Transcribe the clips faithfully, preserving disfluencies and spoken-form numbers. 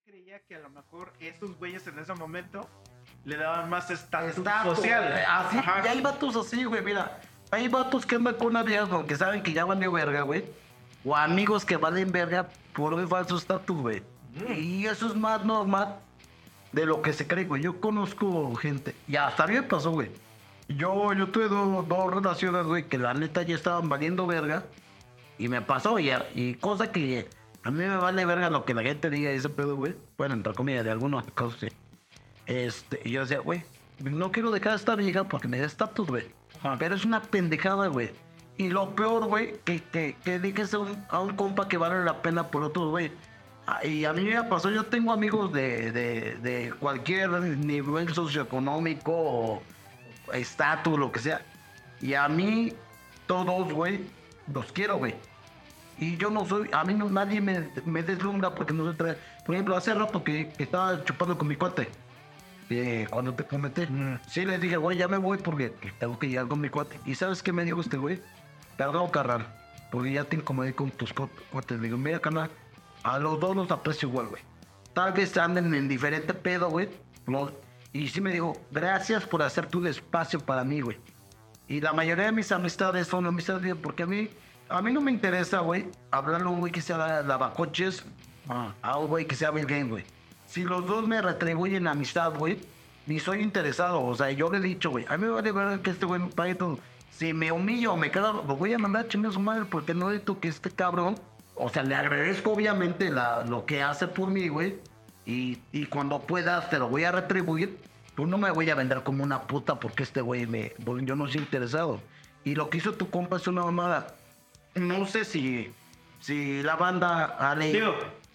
creía que a lo mejor estos güeyes en ese momento le daban más estatus Estatus, social. güey. Así, Ajá. y hay vatos así, güey, mira. Hay vatos que andan con una vieja que saben que ya valió verga, güey. O amigos que valen verga por un falso estatus, güey. Y eso es más normal de lo que se cree, güey. Yo conozco gente, y hasta a mí me pasó, güey. Yo, yo tuve dos, dos relaciones, güey, que la neta ya estaban valiendo verga. Y me pasó, y, y cosa que a mí me vale verga lo que la gente diga ese pedo, güey. Bueno, entre comillas, de algunos casos, sí. Este, y yo decía, güey, no quiero dejar de estar vieja porque me da estatus, güey. Pero es una pendejada, güey. Y lo peor, güey, que, que, que dejes a un, a un compa que vale la pena por otro, güey. Ah, y a mí me pasó, yo tengo amigos de, de, de cualquier nivel socioeconómico o estatus, lo que sea. Y a mí, todos, güey, los quiero, güey. Y yo no soy, a mí no, nadie me, me deslumbra porque no se trae. Por ejemplo, hace rato que, que estaba chupando con mi cuate. Eh, cuando te comenté, mm. sí les dije, güey, ya me voy porque tengo que llegar con mi cuate. ¿Y sabes qué me dijo este güey? Perdón, carnal, porque ya te incomodé con tus cuates. Le digo, mira, carnal, a los dos los aprecio igual, güey. Tal vez anden en diferente pedo, güey. No, y sí me dijo, gracias por hacer tu espacio para mí, güey. Y la mayoría de mis amistades son amistades, porque a mí, a mí no me interesa, güey, hablarle a un güey que sea lavacoches, ah. a un güey que sea Bill Gates, güey. Si los dos me retribuyen amistad, güey, ni soy interesado. O sea, yo le he dicho, güey, a mí me vale ver que este güey me pague todo. Si me humillo o me quedo, lo voy a mandar a chingar a su madre porque no necesito que este cabrón... O sea, le agradezco obviamente la, lo que hace por mí, güey. Y, y cuando pueda te lo voy a retribuir. Pues no me voy a vender como una puta porque este güey me... Yo no soy interesado. Y lo que hizo tu compa es una mamada. No sé si... Si la banda... Ale... Tío,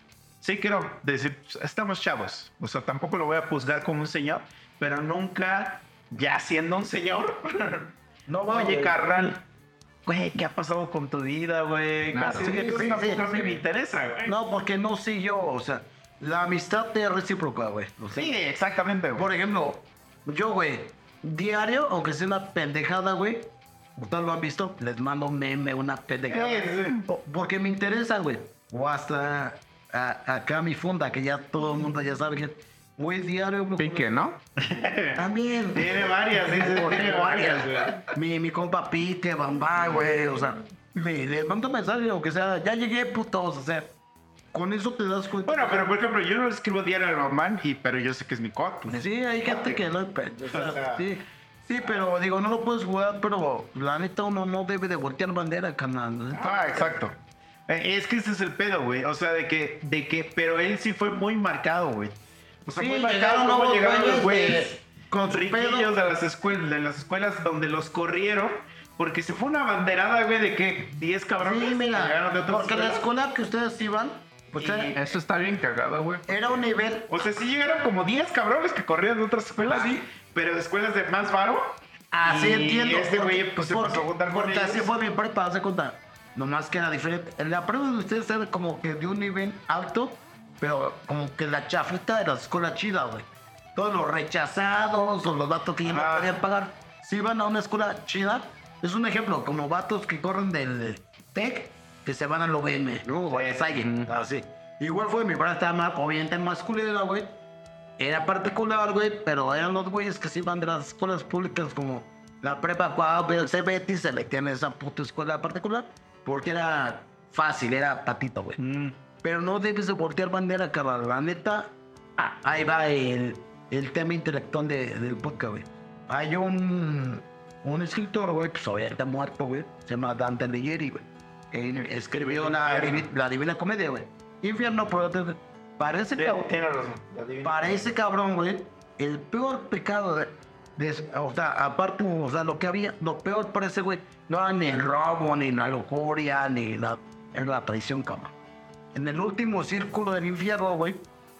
sí quiero decir, estamos chavos. O sea, tampoco lo voy a juzgar como un señor. Pero nunca, ya siendo un señor... no, oye, carnal... Güey, ¿qué ha pasado con tu vida, güey? Claro, sí, sí, sí, sí, sí, sí. no me interesa, güey. No, porque no sé yo, o sea, la amistad es recíproca, güey. O sea, sí, exactamente, güey. Por ejemplo, yo, güey, diario, aunque sea una pendejada, güey, ustedes lo han visto, les mando un meme, una pendejada. Sí, sí. Porque me interesa, güey. O hasta a, acá mi funda, que ya todo el mundo ya sabe que... Güey, diario, güey. Pique, ¿no? También. Tiene varias, sí, sí, tiene varias, güey. Mi, mi compa Pique, Bamba, güey, o sea, me, le mando mensaje, o que sea, ya llegué, putos, o sea, con eso te das cuenta. Bueno, pero por ejemplo, yo no escribo diario normal, y, pero yo sé que es mi coto. Sí, hay gente que no, o sea, sí, sí, pero digo, no lo puedes jugar, pero la neta uno no debe de voltear bandera, carnal. Ah, exacto. Eh, Es que ese es el pedo, güey. O sea, de que, de que, pero él sí fue muy marcado, güey. O sea, Sí, muy marcado llegaron cómo nuevos llegaron los güeyes güeyes de- con su riquillos pedo. de las escuelas, de las escuelas donde los corrieron, porque se fue una banderada, güey, de que diez cabrones Sí, mira, llegaron de otras porque la escuelas. escuela que ustedes iban, pues Y- era, Eso está bien cagado, güey. era un nivel. O sea, sí llegaron como diez cabrones que corrían de otras escuelas, sí, pero de escuelas de más varo. Así Y entiendo. este porque- güey, pues, se porque- pasó a juntar con porque así ellos. fue mi prepa, se cuenta. Nomás que era diferente. En la prueba de ustedes era como que de un nivel alto, pero como que la chafita de la escuela chida, güey. Todos los rechazados o los vatos que ya no Ah. podían pagar, si iban a una escuela chida, es un ejemplo, como vatos que corren del TEC, que se van al O V M, ¿no? O a Salle, así. Igual fue mi prepa, estaba más, obviamente más culera, güey. Era particular, güey, pero eran los güeyes que se iban de las escuelas públicas como la prepa Cuau, C Betis, se le tiene esa puta escuela particular, porque era fácil, era patito, güey. Mm. Pero no debes de voltear bandera, cabrón. La neta, ah, ahí va el, el tema intelectual de, del podcast, güey. Hay un, un escritor, güey, pues obviamente muerto, güey. Se llama Dante Alighieri, güey. Él escribió la, la Divina Comedia, güey. Infierno, pero te- parece que... Tiene razón. la divina. Para ese cabrón, güey, el peor pecado de, de- o sea, aparte, o sea, lo que había, lo peor para ese güey, no era ni el robo, ni la lujuria, ni la, era la traición, cabrón. En el último círculo del infierno, güey,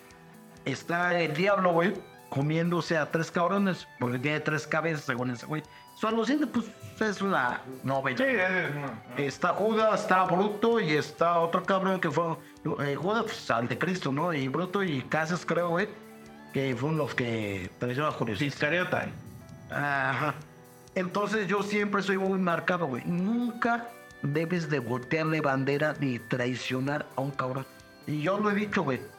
está el diablo, güey, comiéndose a tres cabrones, porque tiene tres cabezas, según ese güey. Solo siente, pues, es una novela. Sí, es- es- no. Está Judas, está Bruto y está otro cabrón que fue eh, Judas, pues, anticristo, ¿no? Y Bruto y Casas, creo, güey, que fueron los que traicionaron a Julio. Iscariota. Ajá. Entonces yo siempre soy muy marcado, güey. Nunca debes de voltearle bandera ni traicionar a un cabrón. Y yo lo he dicho, güey.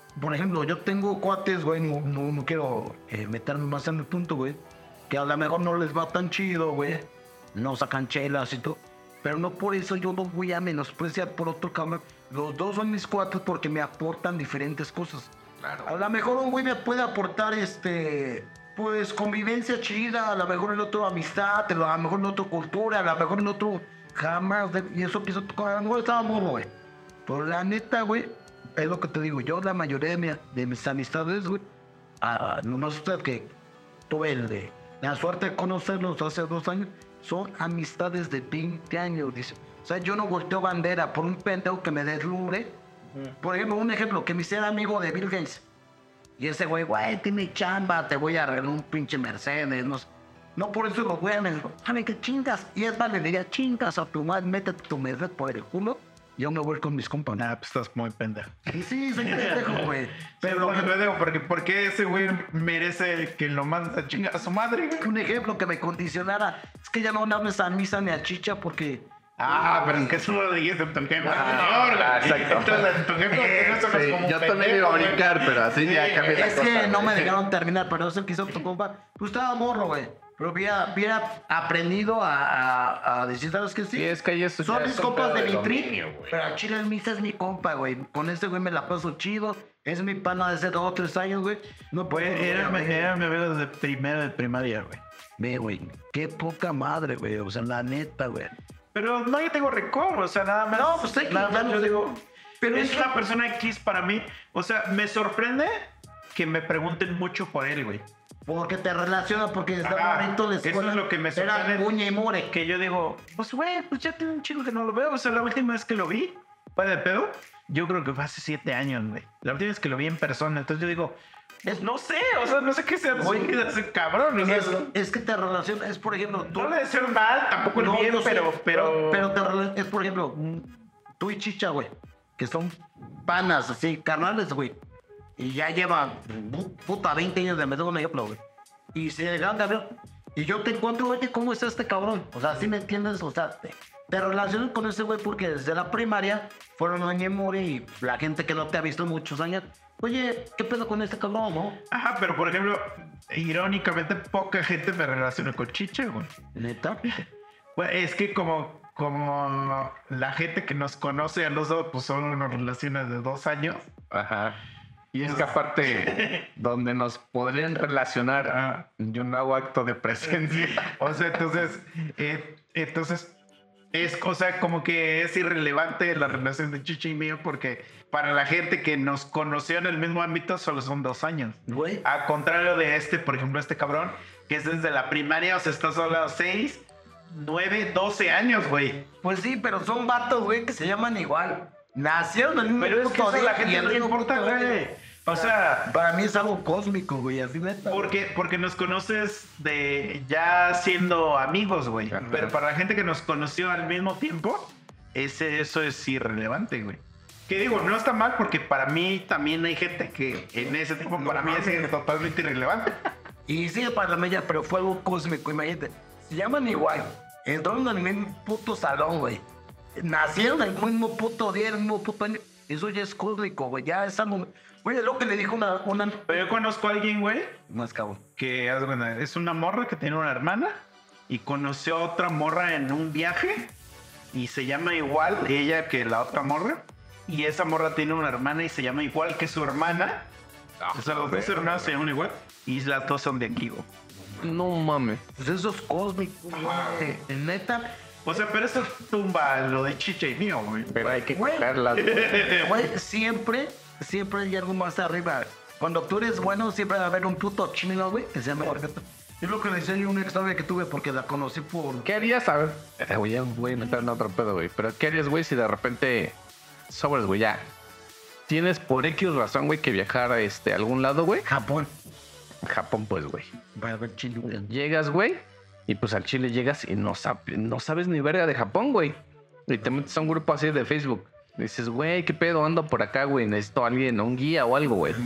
por ejemplo, yo tengo cuates, güey, no, no, no quiero eh, meterme más en el punto, güey, que a lo mejor no les va tan chido, güey, no sacan chelas y todo, pero no por eso yo los voy a menospreciar por otro cabrón. Los dos son mis cuates porque me aportan diferentes cosas. Claro. A lo mejor un güey me puede aportar, este, pues, convivencia chida, a lo mejor el otro amistad, a lo mejor en otro cultura, a lo mejor en otro jamás, y eso que eso, a lo mejor estaba morro, güey. Pero la neta, güey, es lo que te digo, yo la mayoría de, mi, de mis amistades, güey, ah, nomás usted que tuve el de, la suerte de conocerlos hace dos años, son amistades de veinte años, dice. O sea, yo no volteo bandera por un pendejo que me deslumbre. Por ejemplo, un ejemplo, que me hiciera amigo de Bill Gates. Y ese güey, güey, tiene chamba, te voy a arreglar un pinche Mercedes, no sé. No por eso los voy a decir, ¿saben qué chingas? Y es más, le diría, chingas a tu madre, métete tu Mercedes por el culo. Y yo me voy con mis compas. Nah, pues estás muy pendejo. Y sí, soy pendejo, güey. Pero sí, pendejo, porque, porque ese güey merece que lo mandes a chingar a su madre, güey. Un ejemplo que me condicionara, es que ya no hables a misa ni a chicha porque... Ah, pero es que eso no lo dijiste en tu ejemplo. Ah, exacto. Entonces, en tu ejemplo, eso no es como Sí, yo un también pendejo, iba a güey. brincar, pero así Sí, ya cambié la Es cosa. que no me güey. dejaron terminar, pero eso que hizo tu compa, pues estaba morro, güey. Pero hubiera, hubiera aprendido a, a, a decir, ¿sabes qué? Sí, Sí, es que ahí eso son ya mis es un compas pedo de de mi trip, dominio, güey. pero a Chile el Misa es mi compa, güey. Con este güey me la paso chido. Es mi pana de hace dos o tres años, güey. No puedo. Güey, era, era mi amigo desde primero de primaria, güey. Ve, güey, qué poca madre, güey. O sea, la neta, güey. Pero no, yo tengo rencor, o sea, nada más. No, pues sé que nada ya más no yo sé. digo, Pero es es una persona X para mí. O sea, me sorprende que me pregunten mucho por él, güey. Porque te relaciona, porque está Ajá, bonito de eso escuela. es lo que me Era sorprende. puña y more. Que yo digo, pues güey, pues ya tiene un chico que no lo veo. O sea, la última vez que lo vi, fue de pedo. Yo creo que fue hace siete años, güey. La última vez que lo vi en persona. Entonces yo digo, es, no sé, o sea, no sé qué sea de su vida ese cabrón. O sea, Es, es que te relaciona, es por ejemplo, tú. no le deseo mal, tampoco el No, bien, yo sé, pero, pero, pero te rela- es por ejemplo, mm, tú y Chicha, güey, que son panas así, carnales, güey. Y ya llevan pu- puta veinte años de meter un ejemplo, güey. Y se llegan a ver. Y yo te encuentro, oye, ¿cómo es este cabrón? O sea, ¿sí me entiendes? O sea, te, te relacionas con ese güey porque desde la primaria fueron a Ñemore y la gente que no te ha visto en muchos años. Oye, ¿qué pedo con este cabrón, no? Ajá, pero por ejemplo, irónicamente, poca gente me relaciona con Chiche, güey. ¿Neta? Pues es que como, como la gente que nos conoce a los dos, pues son unas relaciones de dos años. Ajá. Y es que aparte, donde nos podrían relacionar, Ah. yo no hago acto de presencia. O sea, entonces, eh, entonces es cosa como que es irrelevante la relación de Chiche y mío porque para la gente que nos conoció en el mismo ámbito solo son dos años. Güey. A contrario de este, por ejemplo, este cabrón, que es desde la primaria, o sea, está solo a seis, nueve, doce años, güey. Pues sí, pero son vatos, güey, que se llaman igual. Nacieron en el mismo Pero es que puto eso a la día y gente el no le mismo importa, puto día. güey. O sea, Para mí es algo cósmico, güey, así neta. porque, porque nos conoces de ya siendo amigos, güey. Ajá. Pero para la gente que nos conoció al mismo tiempo, ese, eso es irrelevante, güey. Que digo, no está mal porque para mí también hay gente que en ese tiempo para mí es totalmente irrelevante. Y sí, para mí ya, pero fue algo cósmico, imagínate. Se llaman igual. Entraron en el mismo puto salón, güey. Nacieron el mismo puto día, el mismo puto año. Eso ya es cósmico, güey. Ya es algo. Oye, lo que le dijo una. una... Pero yo conozco a alguien, güey, Más cabrón. que haz de cuenta, es una morra que tiene una hermana y conoció a otra morra en un viaje y se llama igual ella que la otra morra y esa morra tiene una hermana y se llama igual que su hermana. O sea, los dos hermanos se llaman igual y las dos son de aquí, güey. No mames. Pues eso es cósmico, güey. Neta. O sea, pero eso tumba lo de Chiche y mío, güey. Pero hay que Güey. cogerlas. güey. Güey, siempre, siempre hay algo más arriba. Cuando tú eres bueno, siempre va a haber un puto chino, güey, que se llama Orgata. Es lo que le decía yo a una exnovia que tuve porque la conocí por... ¿Qué harías? A ver. Eh, Güey, ya voy a meter en otro pedo, güey. Pero ¿qué harías, güey, si de repente sobres, güey, ya? Tienes por X razón, güey, que viajar a este, a algún lado, güey. Japón. Japón, pues, güey. Va a haber chino. Llegas, güey, y pues al Chile llegas y no, sab- no sabes ni verga de Japón, güey. Y te metes a un grupo así de Facebook. Dices, güey, ¿qué pedo? Ando por acá, güey. Necesito a alguien, un guía o algo, güey.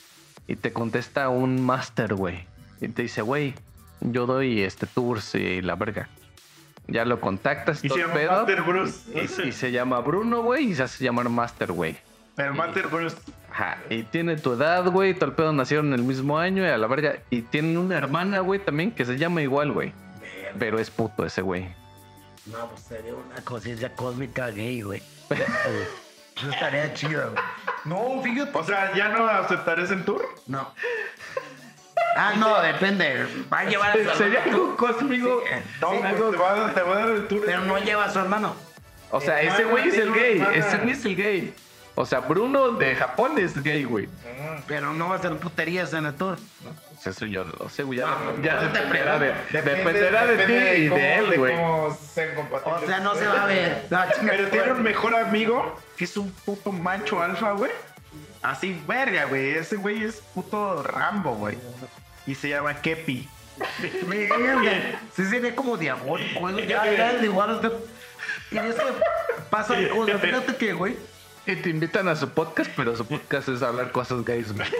Y te contesta un máster, güey. Y te dice, güey, yo doy este tours y la verga. Ya lo contactas, Y todo se el llama pedo. Master Bruce. Y, y se llama Bruno, güey, y se hace llamar Master, güey. Pero Master Bruce. Ajá, y tiene tu edad, güey, todo el pedo nacieron el mismo año y a la verga. Y tienen una hermana, güey, también que se llama igual, güey. Pero es puto ese güey. No, pues sería una conciencia cósmica gay, güey. Eso estaría chido, güey. No, fíjate. O sea, ¿ya no aceptarías el tour? No. Ah, no, depende. Va a llevar a su Sería hermano. algo cósmico. No, Sí. pues te va, a- te va a dar el tour. Pero no lleva a su hermano. O sea, Eh, ese no, güey es el no, gay. no, no. Ese güey es el gay. O sea, Bruno de Japón es gay, güey. Pero no va a hacer puterías en el tour. Pues eso yo no lo sé, güey. Ya, No, ya no te dependerá, de, Depende- dependerá de ti depende y cómo- de él, güey. cómo sean compatibles. O sea, no se va a ver. No, chinga, Pero tiene un güey. mejor amigo que es un puto macho alfa, güey. Así, verga, güey. Ese güey es puto Rambo, güey. Y se llama Kepi. Verga. Sí sería como diabólico, güey. Ya, ya, igual. o sea, Y es que pasan cosas. Fíjate que, güey. Y te invitan a su podcast, pero su podcast es hablar cosas gays, güey.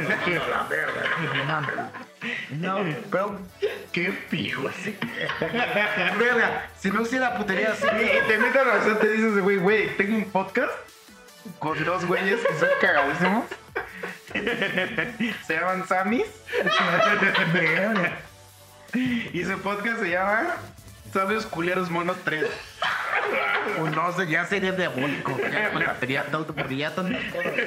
No, pero. Qué pijo. Verga, si no hiciera putería así. Y te invitan a hacer, te dices, güey, güey, tengo un podcast con dos güeyes que son cagadísimos. Se llaman Samis. Y su podcast se llama Sabios Culeros Mono tres. Pues no sé, ya sería diabólico. Ya con la batería tanto, porque ya tanto.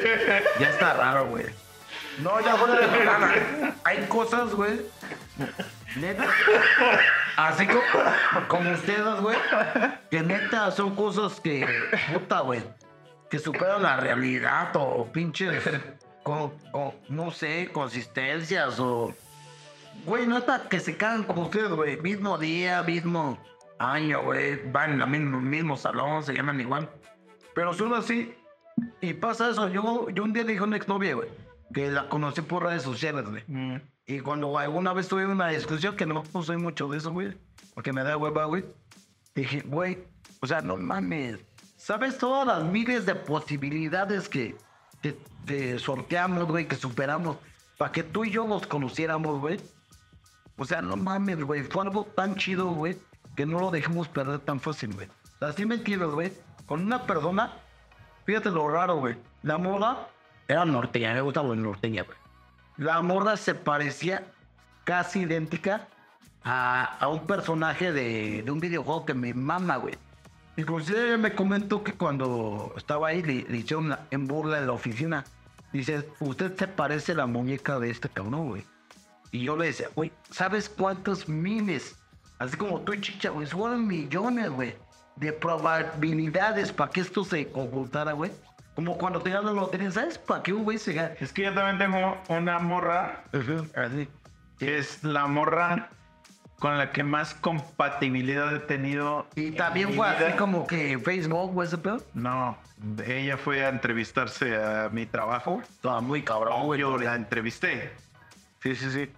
Ya está raro, güey. No, ya fuera de nada. Hay cosas, güey. Neta. Así como, como ustedes, güey. Que neta son cosas que. Puta, güey. Que superan la realidad o pinches. Con, con, no sé, consistencias o. Güey, neta, que se cagan como ustedes, güey. Mismo día, mismo año, güey. Van en el mismo, mismo salón, se llaman igual. Pero son así. Y pasa eso. Yo, yo un día le dije a una exnovia, güey, que la conocí por redes sociales, güey. Mm. Y cuando alguna vez tuve una discusión, que no soy mucho de eso, güey, porque me da hueva, güey, dije, güey, o sea, no mames. ¿Sabes todas las miles de posibilidades que, que, que sorteamos, güey, que superamos para que tú y yo nos conociéramos, güey? O sea, no mames, güey. Fue algo tan chido, güey, que no lo dejemos perder tan fácil, güey. O sea, sí me entiendes, güey. Con una persona, fíjate lo raro, güey. La morra era norteña, me gusta lo norteña, güey. La morra se parecía casi idéntica a, a un personaje de, de un videojuego que me mama, güey. Inclusive ella me comentó que cuando estaba ahí le, le hicieron una- en burla en la oficina. Dice, usted se parece a la muñeca de este cabrón, güey. Y yo le decía, güey, ¿sabes cuántos miles? Así como tú, chicha, güey, fueron millones, güey, de probabilidades para que esto se ocultara, güey. Como cuando te ganas la lotería, ¿sabes? Para que un güey se gane. Es que yo también tengo una morra Así. que es la morra con la que más compatibilidad he tenido. Y en también mi fue así vida. como que Facebook, güey, ese pedo. No, ella fue a entrevistarse a mi trabajo. Estaba muy cabrón, güey. Yo la entrevisté. Sí, sí, sí.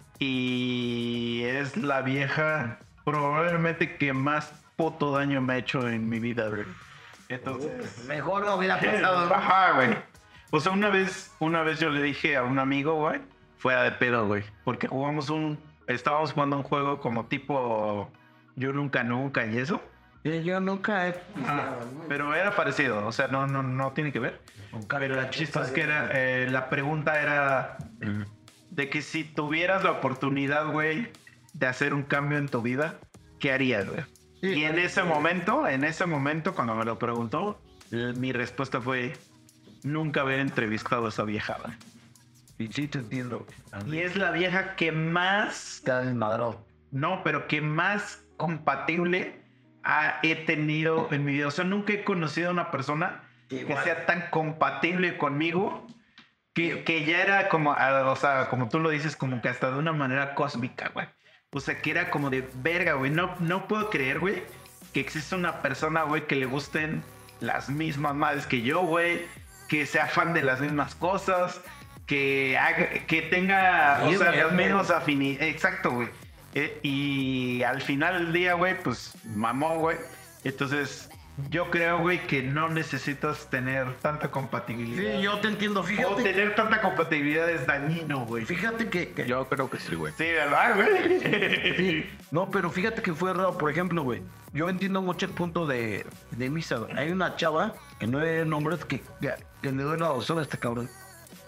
Y es la vieja probablemente que más puto daño me ha hecho en mi vida, güey. Entonces... Mejor no hubiera pasado, ¿no? Ajá, güey. O sea, una vez, una vez yo le dije a un amigo, güey, fuera de pedo, güey, porque jugamos un... Estábamos jugando un juego como tipo Yo Nunca Nunca y eso. Y yo nunca he... Ah, pero era parecido, o sea, no, no, no tiene que ver. Pero el chiste es que era, eh, la pregunta era de que si tuvieras la oportunidad, güey, de hacer un cambio en tu vida, ¿qué harías, güey? Sí. Y en ese momento, en ese momento, cuando me lo preguntó, l- mi respuesta fue nunca haber entrevistado a esa vieja, güey. Y sí te entiendo, güey. Y es la vieja que más, Está desmadrado. no, pero que más compatible ha- he tenido en mi vida. O sea, nunca he conocido a una persona Igual. que sea tan compatible conmigo que, que ya era como, ah, o sea, como tú lo dices, como que hasta de una manera cósmica, güey. O sea, que era como de verga, güey. No, no puedo creer, güey, que existe una persona, güey, que le gusten las mismas madres que yo, güey. Que sea fan de las mismas cosas. Que, haga, que tenga, o Sí, sea, güey, las güey. mismas afinidades. Exacto, güey. Eh, y al final del día, güey, pues mamó, güey. Entonces, yo creo, güey, que no necesitas tener tanta compatibilidad. Sí, yo te entiendo. O Fíjate, tener tanta compatibilidad es dañino, güey. fíjate que... que- Yo creo que sí, güey. Sí, ¿verdad, güey? Sí. No, pero fíjate que fue raro. Por ejemplo, güey, yo entiendo mucho el punto de, de Misa, güey. Hay una chava, que no es nombres, que, que, que le doy la adopción a este cabrón.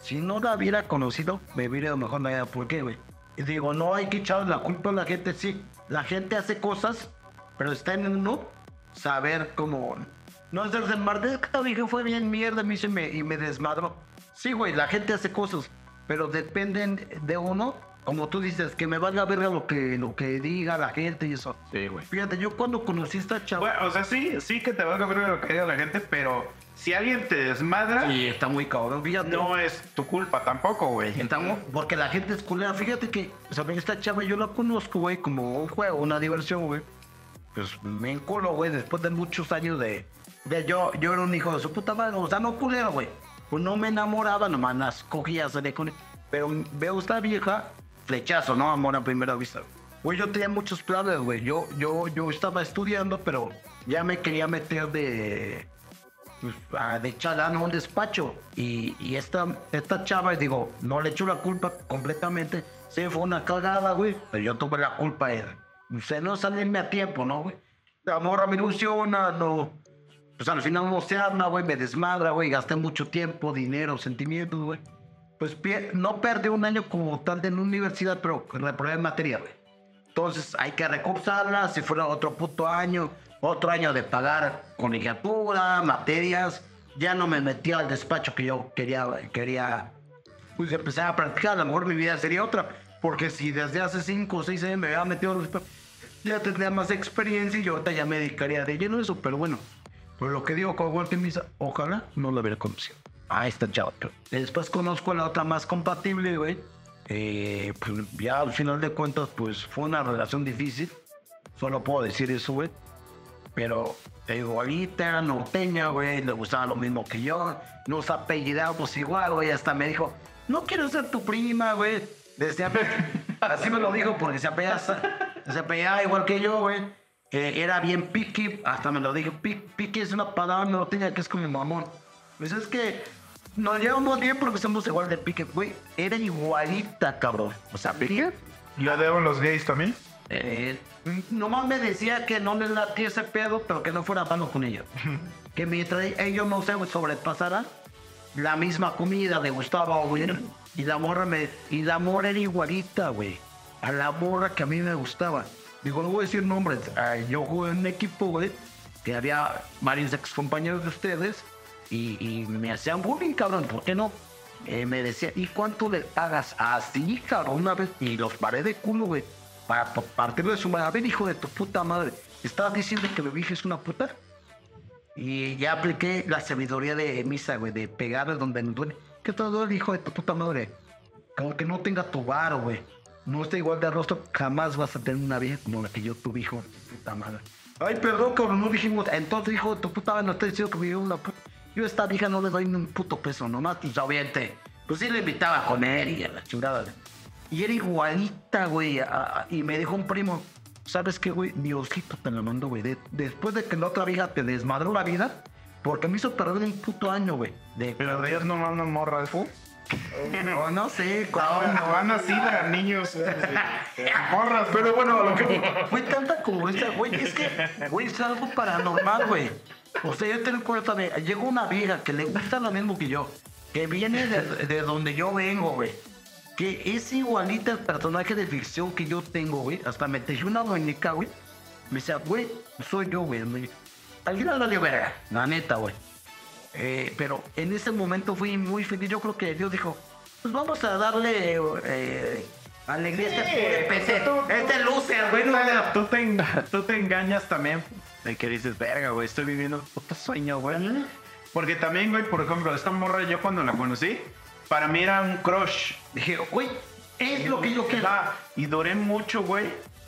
Si no la hubiera conocido, me hubiera ido mejor la vida. ¿Por qué, güey? Y digo, no hay que echarle la culpa a la gente. Sí, la gente hace cosas, pero está en uno saber cómo... No hacerse mal. Esta vieja fue bien mierda, me hizo y me, y me desmadró. Sí, güey, la gente hace cosas, pero dependen de uno. Como tú dices, que me valga verga lo que, lo que diga la gente y eso. Sí, güey. Fíjate, yo cuando conocí a esta chava... Bueno, o sea, sí, sí que te valga ver lo que diga la gente, pero si alguien te desmadra, Sí, está muy cabrón, fíjate. no es tu culpa tampoco, güey. Estamos, porque la gente es culera. Fíjate que, o sea, esta chava yo la conozco, güey, como un juego, una diversión, güey. Pues me enculo, güey, después de muchos años de... de yo, yo era un hijo de su puta madre, o sea, no culero, güey. Pues no me enamoraba, nomás las cogía, salía con... Pero veo esta vieja, flechazo, ¿no? Amor a primera vista. Güey, yo tenía muchos planes, güey. Yo, yo, yo estaba estudiando, pero ya me quería meter de... pues, a- de chalán a un despacho. Y, y esta, esta chava, digo, no le echo la culpa completamente. Sí, fue una cagada, güey. Pero yo tuve la culpa de... Se no salirme a tiempo, ¿no, güey? La morra me ilusiona, no... Pues al final no se arma, güey, me desmadra, güey. Gasté mucho tiempo, dinero, sentimientos, güey. Pues pie- no perdí un año como tal de la universidad, pero reprobé en materia, güey. Entonces hay que recursarla, si fuera otro puto año, otro año de pagar colegiatura, materias. Ya no me metí al despacho que yo quería, quería pues empezar a practicar. A lo mejor mi vida sería otra, porque si desde hace cinco o seis años me había metido al despacho, ya tendría más experiencia y yo ahorita ya me dedicaría de lleno a eso, pero bueno. Pues lo que digo con Walter Misa, ojalá no lo hubiera conocido. Ah, esta chava. Después conozco a la otra más compatible, güey. Eh, pues ya al final de cuentas, pues fue una relación difícil. Solo puedo decir eso, güey. Pero, te digo, ahorita era norteña, güey. Le gustaba lo mismo que yo. Nos apellidamos igual, güey. Hasta me dijo, no quiero ser tu prima, güey. Decía, así me lo dijo porque se apellidaba, se apellidaba igual que yo, güey. Eh, era bien piqui, hasta me lo dijo. Pi- Piqui es una palabra norteña que es como mamón. Pues es que nos llevamos bien porque somos igual de pique, güey. Era igualita, cabrón. O sea, pique. ¿La debo los gays también? Eh, nomás me decía que no les latía ese pedo, pero que no fuera malo con ellos. Que mientras ellos no se sobrepasaran, la misma comida le gustaba, güey. Y la morra me, y la morra era igualita, güey. A la morra que a mí me gustaba. Digo, no voy a decir nombres. Ah, yo jugué en un equipo, güey, que había varios ex compañeros de ustedes. Y, y me hacían bullying, cabrón. ¿Por qué no? Eh, me decía, ¿y cuánto le pagas? Así, cabrón, una vez. Y los paré de culo, güey. Para pa- partirlo de su madre. A ver, hijo de tu puta madre. ¿Estabas diciendo que mi vieja es una puta? Y ya apliqué la sabiduría de misa, güey. De pegarle donde no duele. ¿Qué te duele, hijo de tu puta madre? Como que no tenga tu varo, güey. No esté igual de rostro. Jamás vas a tener una vieja como la que yo tuve, hijo de tu puta madre. Ay, perdón, cabrón, no dijimos. Entonces, hijo de tu puta madre, no estoy diciendo que me dio una puta. Yo a esta vieja no le doy ni un puto peso, nomás, pues obviamente. Pues sí le invitaba a comer y a la chingada. Y era igualita, güey. a- a- Y me dijo un primo, ¿sabes qué, güey? Diosito te lo mando, güey. De- después de que la otra vieja te desmadró la vida, porque me hizo perder un puto año, güey. De... ¿Pero de ellos no mandan morras, fu? No, no sé, No, cabrón. no van así a niños. Morras. Pero bueno, lo que fue tanta congruencia, güey, es que, güey, es algo paranormal, güey. O sea, yo tengo cuenta de, llegó una vieja que le gusta lo mismo que yo, que viene de, de donde yo vengo, güey. Que es igualita al personaje de ficción que yo tengo, güey. Hasta me tejí una muñeca, güey. Me decía, güey, soy yo, güey. Me- Al final valió verga, la neta, güey. Eh, pero en ese momento fui muy feliz. Yo creo que Dios dijo, pues vamos a darle eh, alegría a este P C. Este loser, güey. no le- Tú te, en- tú te engañas también. De que dices, verga, güey, estoy viviendo un puto sueño, güey. Porque también, güey, por ejemplo, esta morra, yo cuando la conocí, para mí era un crush. Dije, güey, es lo que yo quiero. Ah, y duré mucho, güey,